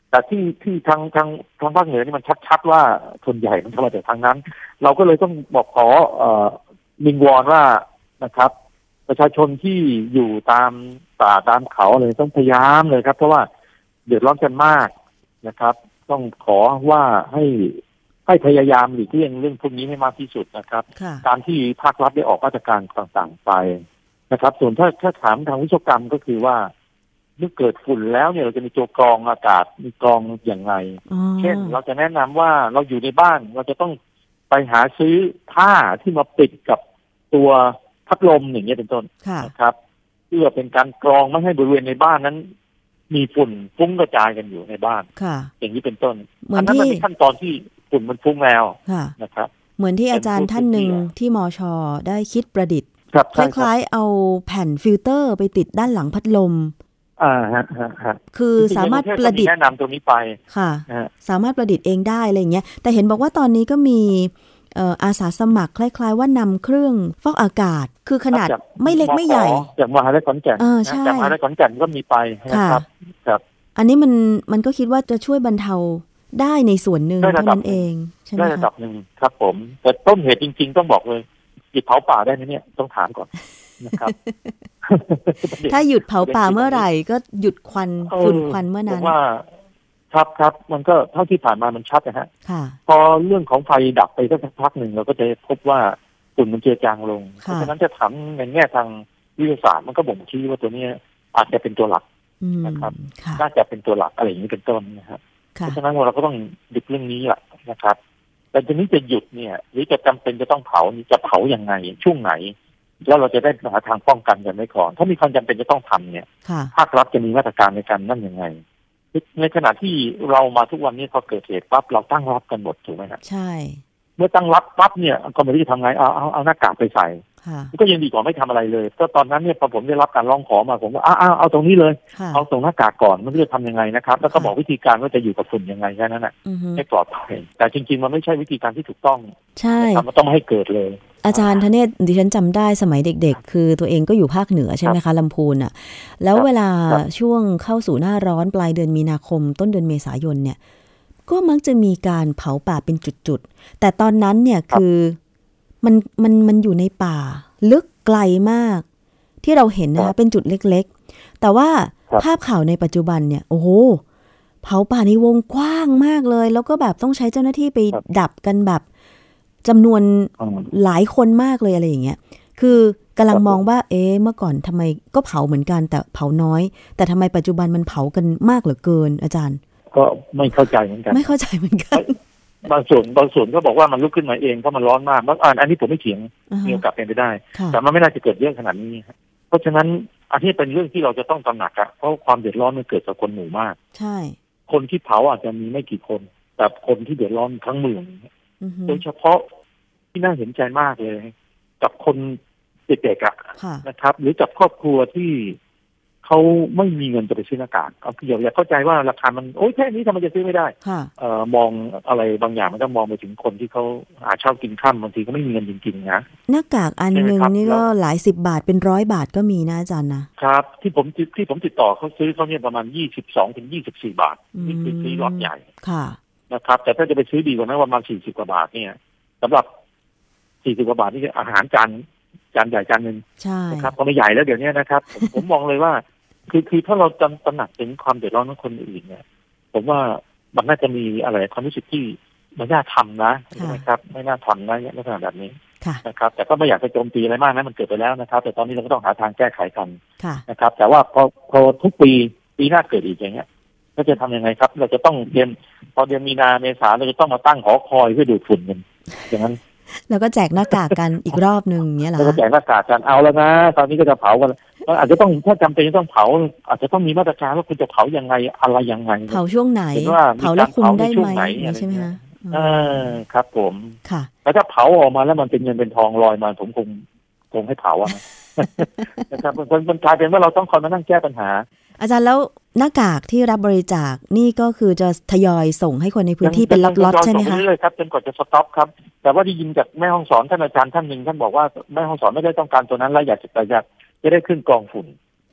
แต่ที่ทางภาคเหนือนี่มันชัดๆว่าส่วนใหญ่มันจะมาจากทางนั้นเราก็เลยต้องบอกขอวิงวอนว่านะครับประชาชนที่อยู่ตามป่าตามเขาเลยต้องพยายามเลยครับเพราะว่าเดือดร้อนกันมากนะครับต้องขอว่าให้พยายามหลีกเลี่ยงเรื่องพวกนี้ให้มากที่สุดนะครับตามที่ภาครัฐได้ออกมาตรการต่างๆไปนะครับส่วนถ้าถามทางวิศวกรรมก็คือว่าเมื่อเกิดฝุ่นแล้วเนี่ยเราจะมีตัวกรองอากาศมีกรองอย่างไรเช่นเราจะแนะนำว่าเราอยู่ในบ้านเราจะต้องไปหาซื้อผ้าที่มาปิดกับตัวพัดลมอย่างเงี้ยเป็นต้นนะครับเพื่อเป็นการกรองไม่ให้บริเวณในบ้านนั้นมีฝุ่นฟุ้งกระจายกันอยู่ในบ้านอย่างนี้เป็นต้นอันนั้นมันเป็นขั้นตอนที่ฝุ่นมันฟุ้งแล้วนะครับเหมือนที่อาจารย์ท่านหนึ่งที่มช.ได้คิดประดิษฐ์คล้ายๆเอาแผ่นฟิลเตอร์ไปติดด้านหลังพัดลมคือสามารถประดิษฐ์แนะนำตรงนี้ไปค่ะสามารถประดิษฐ์เองได้อะไรอย่างเงี้ยแต่เห็นบอกว่าตอนนี้ก็มีอาสาสมัครคล้ายๆว่านำเครื่องฟอกอากาศคือขนาดไม่เล็กไม่ใหญ่จากมหาวิทยาลัยขอนแก่นจากมหาวิทยาลัยขอนแก่นก็มีไปนะครับอันนี้มันก็คิดว่าจะช่วยบรรเทาได้ในส่วนหนึ่งเท่านั้นเองใช่ไหมคะได้ระดับหนึ่งครับผมแต่ต้นเหตุจริงๆต้องบอกเลยหยุดเผาป่าได้ไหมเนี่ยต้องถามก่อนนะครับถ้าหยุดเผาป่าเมื่อไหร่ก็หยุดควันฝุ่นควันเมื่อนั้นว่าครับมันก็เท่าที่ผ่านมามันชัดนะฮะพอเรื่องของไฟดับไปสักพักหนึ่งเราก็จะพบว่าฝุ่นมันเจือจางลงเพราะฉะนั้นจะถามในแง่ทางวิทยาศาสตร์มันก็บ่งชี้ว่าตัวนี้อาจจะเป็นตัวหลักนะครับน่าจะเป็นตัวหลักอะไรอย่างนี้เป็นต้นนะครับเพราะฉะนั้นเราก็ต้องหยุดเรื่องนี้แหละนะครับแต่ทีนี้จะหยุดเนี่ยหรือจะจำเป็นจะต้องเผาจะเผายังไงช่วงไหนแล้วเราจะได้หาทางป้องกันกันไว้ก่อนถ้ามีความจำเป็นจะต้องทำเนี่ยภาครัฐจะมีมาตรการในการนั่นยังไงในขณะที่เรามาทุกวันนี้พอเกิดเหตุปั๊บเราตั้งรับกันหมดถูกไหมครับใช่เมื่อตั้งรับปั๊บเนี่ยก็ไม่รู้จะทำไงเอาหน้ากากไปใส่ก็ยังดีกว่าไม่ทำอะไรเลยก็ตอนนั้นเนี่ยพอผมได้รับการร้องขอมาผมว่าเอาตรงนี้เลยเอาตรงหน้ากากก่อนไม่รู้จะทำยังไงนะครับแล้วก็บอกวิธีการว่าจะอยู่กับฝุ่นยังไงแค่นั้นแหละให้ปลอดภัยแต่จริงๆมันไม่ใช่วิธีการที่ถูกต้องใช่มันต้องไม่ให้เกิดเลยอาจารย์ธเนศดิฉันจำได้สมัยเด็กๆคือตัวเองก็อยู่ภาคเหนือใช่ไหมคะลำพูนอ่ะแล้วเวลาช่วงเข้าสู่หน้าร้อนปลายเดือนมีนาคมต้นเดือนเมษายนเนี่ยก็มักจะมีการเผาป่าเป็นจุดๆแต่ตอนนั้นเนี่ยคือมันอยู่ในป่าลึกไกลมากที่เราเห็นนะคะเป็นจุดเล็กๆแต่ว่าภาพข่าวในปัจจุบันเนี่ยโอ้โหเผาป่าในวงกว้างมากเลยแล้วก็แบบต้องใช้เจ้าหน้าที่ไปดับกันแบบจำนวนหลายคนมากเลยอะไรอย่างเงี้ยคือกำลังมองว่าเมื่อก่อนทำไมก็เผาเหมือนกันแต่เผาน้อยแต่ทำไมปัจจุบันมันเผากันมากเหลือเกินอาจารย์ก็ไม่เข้าใจเหมือนกันไม่เข้าใจเหมือนกันบางส่วนก็บอกว่ามันลุกขึ้นมาเองเพราะมันร้อนมากอันนี้ผมไม่เถียงมีโอกาสเป็นไปได้แต่มันไม่น่าจะเกิดเรื่องขนาดนี้เพราะฉะนั้นอันนี้เป็นเรื่องที่เราจะต้องตระหนักเพราะความเดือดร้อนมันเกิดจากคนหมู่มากใช่คนที่เผาอาจจะมีไม่กี่คนแต่คนที่เดือดร้อนทั้งเมืองโดยเฉพาะที่น่าเห็นใจมากเลยกับคนเด็กๆนะครับหรือกับครอบครัวที่เขาไม่มีเงินจะไปซื้อหน้ากากอย่าเข้าใจว่าราคามันแค่นี้ทำไมจะซื้อไม่ได้มองอะไรบางอย่างมันต้องมองไปถึงคนที่เขาหาเช้ากินค่ำบางทีก็ไม่มีเงินจริงๆนะหน้ากากอันนึงนี่ก็หลาย10 บาทเป็น100 บาทก็มีนะอาจารย์นะครับที่ผมติดต่อเขาซื้อเขาเนี่ยประมาณ22-24 บาทนี่คือซื้อล็อตใหญ่นะครับแต่ถ้าจะไปซื้อดีกว่านั้นประมาณ40 กว่าบาทเนี่ยสำหรับ40 กว่าบาทนี่อาหารจานใหญ่จานนึงนะครับก็ไม่ใหญ่แล้วเดี๋ยวนี้นะครับ ผมมองเลยว่าคือถ้าเราตระหนักถึงความเดือดร้อนของคนอื่นเนี่ยผมว่ามันน่าจะมีอะไรความรู้สึกที่ไม่น่าทำนะใช่ไหมครับไม่น่าทำนะลักษณะแบบนี้นะครับแต่ก็ไม่อยากจะโจมตีอะไรมากนะมันเกิดไปแล้วนะครับแต่ตอนนี้เราก็ต้องหาทางแก้ไขกันนะครับแต่ว่าพอทุกปีหน้าเกิดอีกอย่างเงี้ยก็จะทำยังไงครับเราจะต้องพอเดือนมีนาเมษาเราจะต้องมาตั้งหอคอยเพื่อดูดฝุ่นกันอย่างนั้นแล้วก็แจกหน้ากากกันอีกรอบนึงเงี้ยเหรอแล้วก็แจกหน้ากากกันเอาแล้วนะตอนนี้ก็จะเผากันอาจจะต้องถ้าจำเป็นจะต้องเผาอาจจะต้องมีมาตรการว่าคุณจะเผายังไงอะไรยังไงเผาช่วงไหนเผาแล้วคุมได้ไหมใช่ไหมคะครับผมค่ะแล้วถ้าเผาออกมาแล้วมันเป็นเงินเป็นทองลอยมาผมคงให้เผาอ่ะนะครับมันกลายเป็นว่าเราต้องคอยมานั่งแก้ปัญหาอาจารย์แล้วหน้ากากที่รับบริจาคนี่ก็คือจะทยอยส่งให้คนในพื้นที่เป็นล็อตๆใช่ไหมคะเลยครับจนกว่าจะสต็อปครับแต่ว่าได้ยินจากแม่ฮ่องสอนท่านอาจารย์ท่านหนึ่งท่านบอกว่าแม่ฮ่องสอนไม่ได้ต้องการตัวนั้นแล้วอยากจะได้ขึ้นกองฝุ่น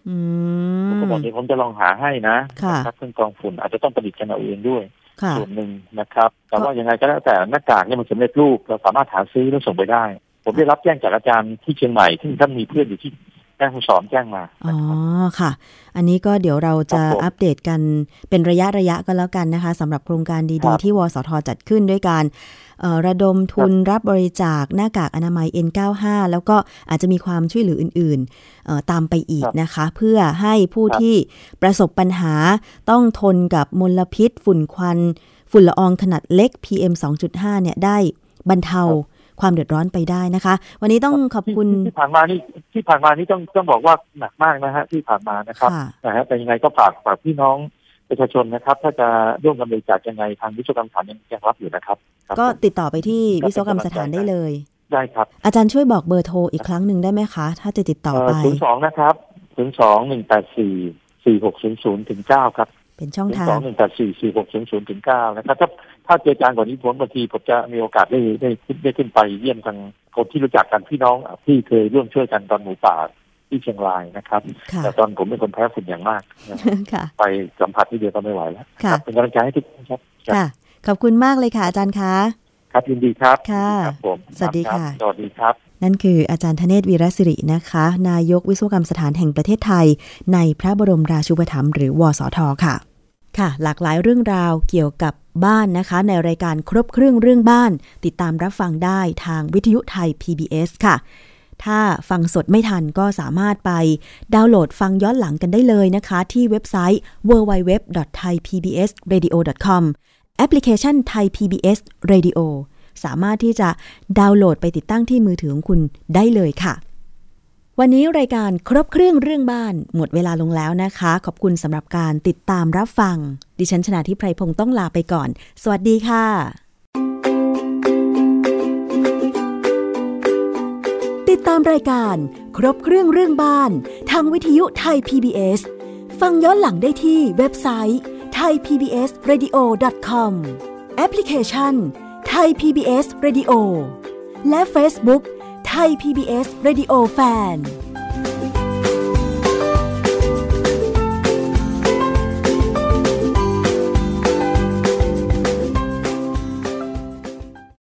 ผมก็บอกเดี๋ยวผมจะลองหาให้นะครับเครื่องกรองฝุ่นอาจจะต้องประดิษฐ์กันเอาเองด้วยส่วนหนึ่งนะครับแต่ว่ายังไงก็แล้วแต่หน้ากากเนี่ยมันสำเร็จรูปเราสามารถหาซื้อแล้วส่งไปได้ผมได้รับแจ้งจากอาจารย์ที่เชียงใหม่ที่ท่านมีเพื่อนอยู่ที่แม่ฮ่องสอนแจ้งมาอ๋อค่ะอันนี้ก็เดี๋ยวเราจะอัปเดตกันเป็นระยะก็แล้วกันนะคะสำหรับโครงการดีๆที่วสท.จัดขึ้นด้วยการระดมทุนรับบริจาคหน้ากากอนามัย N95 แล้วก็อาจจะมีความช่วยเหลืออื่นๆตามไปอีกนะคะเพื่อให้ผู้ที่ประสบปัญหาต้องทนกับมลพิษฝุ่นควันฝุ่นละอองขนาดเล็ก PM 2.5 เนี่ยได้บรรเทาความเดือดร้อนไปได้นะคะวันนี้ต้องขอบคุณที่ผ่านมานี่ต้องบอกว่าหนักมากนะฮะที่ผ่านมานะครับนะฮะแต่ยังไงก็ฝากพี่น้องประชาชนนะครับถ้าจะร่วมกันบริจาคยังไงทางวิศวกรรมสถานยังรับอยู่นะครับก็ติดต่อไปที่วิศวกรรมสถานได้เลยได้ครับอาจารย์ช่วยบอกเบอร์โทรอีกครั้งหนึ่งได้ไหมคะถ้าจะติดต่อไป 02นะครับ02-184-4600-9ครับเป็นช่องทาง 02-184-4600-9นะครับถ้าเจออาจารย์กว่านี้บางทีผมจะมีโอกาสได้ขึ้นไปเยี่ยมทางคนที่รู้จักกันพี่น้องที่เคยร่วมช่วยกันตอนหมูป่าที่เชียงรายนะครับแต่ตอนผมเป็นคนแพ้ฝุ่นอย่างมากไปสัมผัสที่เดียวก็ไม่ไหวแล้วเป็นกำลังใจให้ทุกคนครับค่ะขอบคุณมากเลยค่ะอาจารย์คะครับยินดีครับค่ะผมสวัสดีค่ะสวัสดีครับนั่นคืออาจารย์ธเนศ วีรศิรินะคะนายกวิศวกรรมสถานแห่งประเทศไทยในพระบรมราชูปถัมภ์หรือวสท.ค่ะค่ะหลากหลายเรื่องราวเกี่ยวกับบ้านนะคะในรายการครบเครื่องเรื่องบ้านติดตามรับฟังได้ทางวิทยุไทย PBS ค่ะถ้าฟังสดไม่ทันก็สามารถไปดาวน์โหลดฟังย้อนหลังกันได้เลยนะคะที่เว็บไซต์ www.thaipbsradio.com แอปพลิเคชัน Thai PBS Radio สามารถที่จะดาวน์โหลดไปติดตั้งที่มือถือของคุณได้เลยค่ะวันนี้รายการครบเครื่องเรื่องบ้านหมดเวลาลงแล้วนะคะขอบคุณสำหรับการติดตามรับฟังดิฉันชนาธิไพรพงศ์ต้องลาไปก่อนสวัสดีค่ะติดตามรายการครบเครื่องเรื่องบ้านทางวิทยุไทย PBS ฟังย้อนหลังได้ที่เว็บไซต์ thaipbsradio.com แอปพลิเคชัน Thai PBS Radio และ Facebook Thai PBS Radio Fan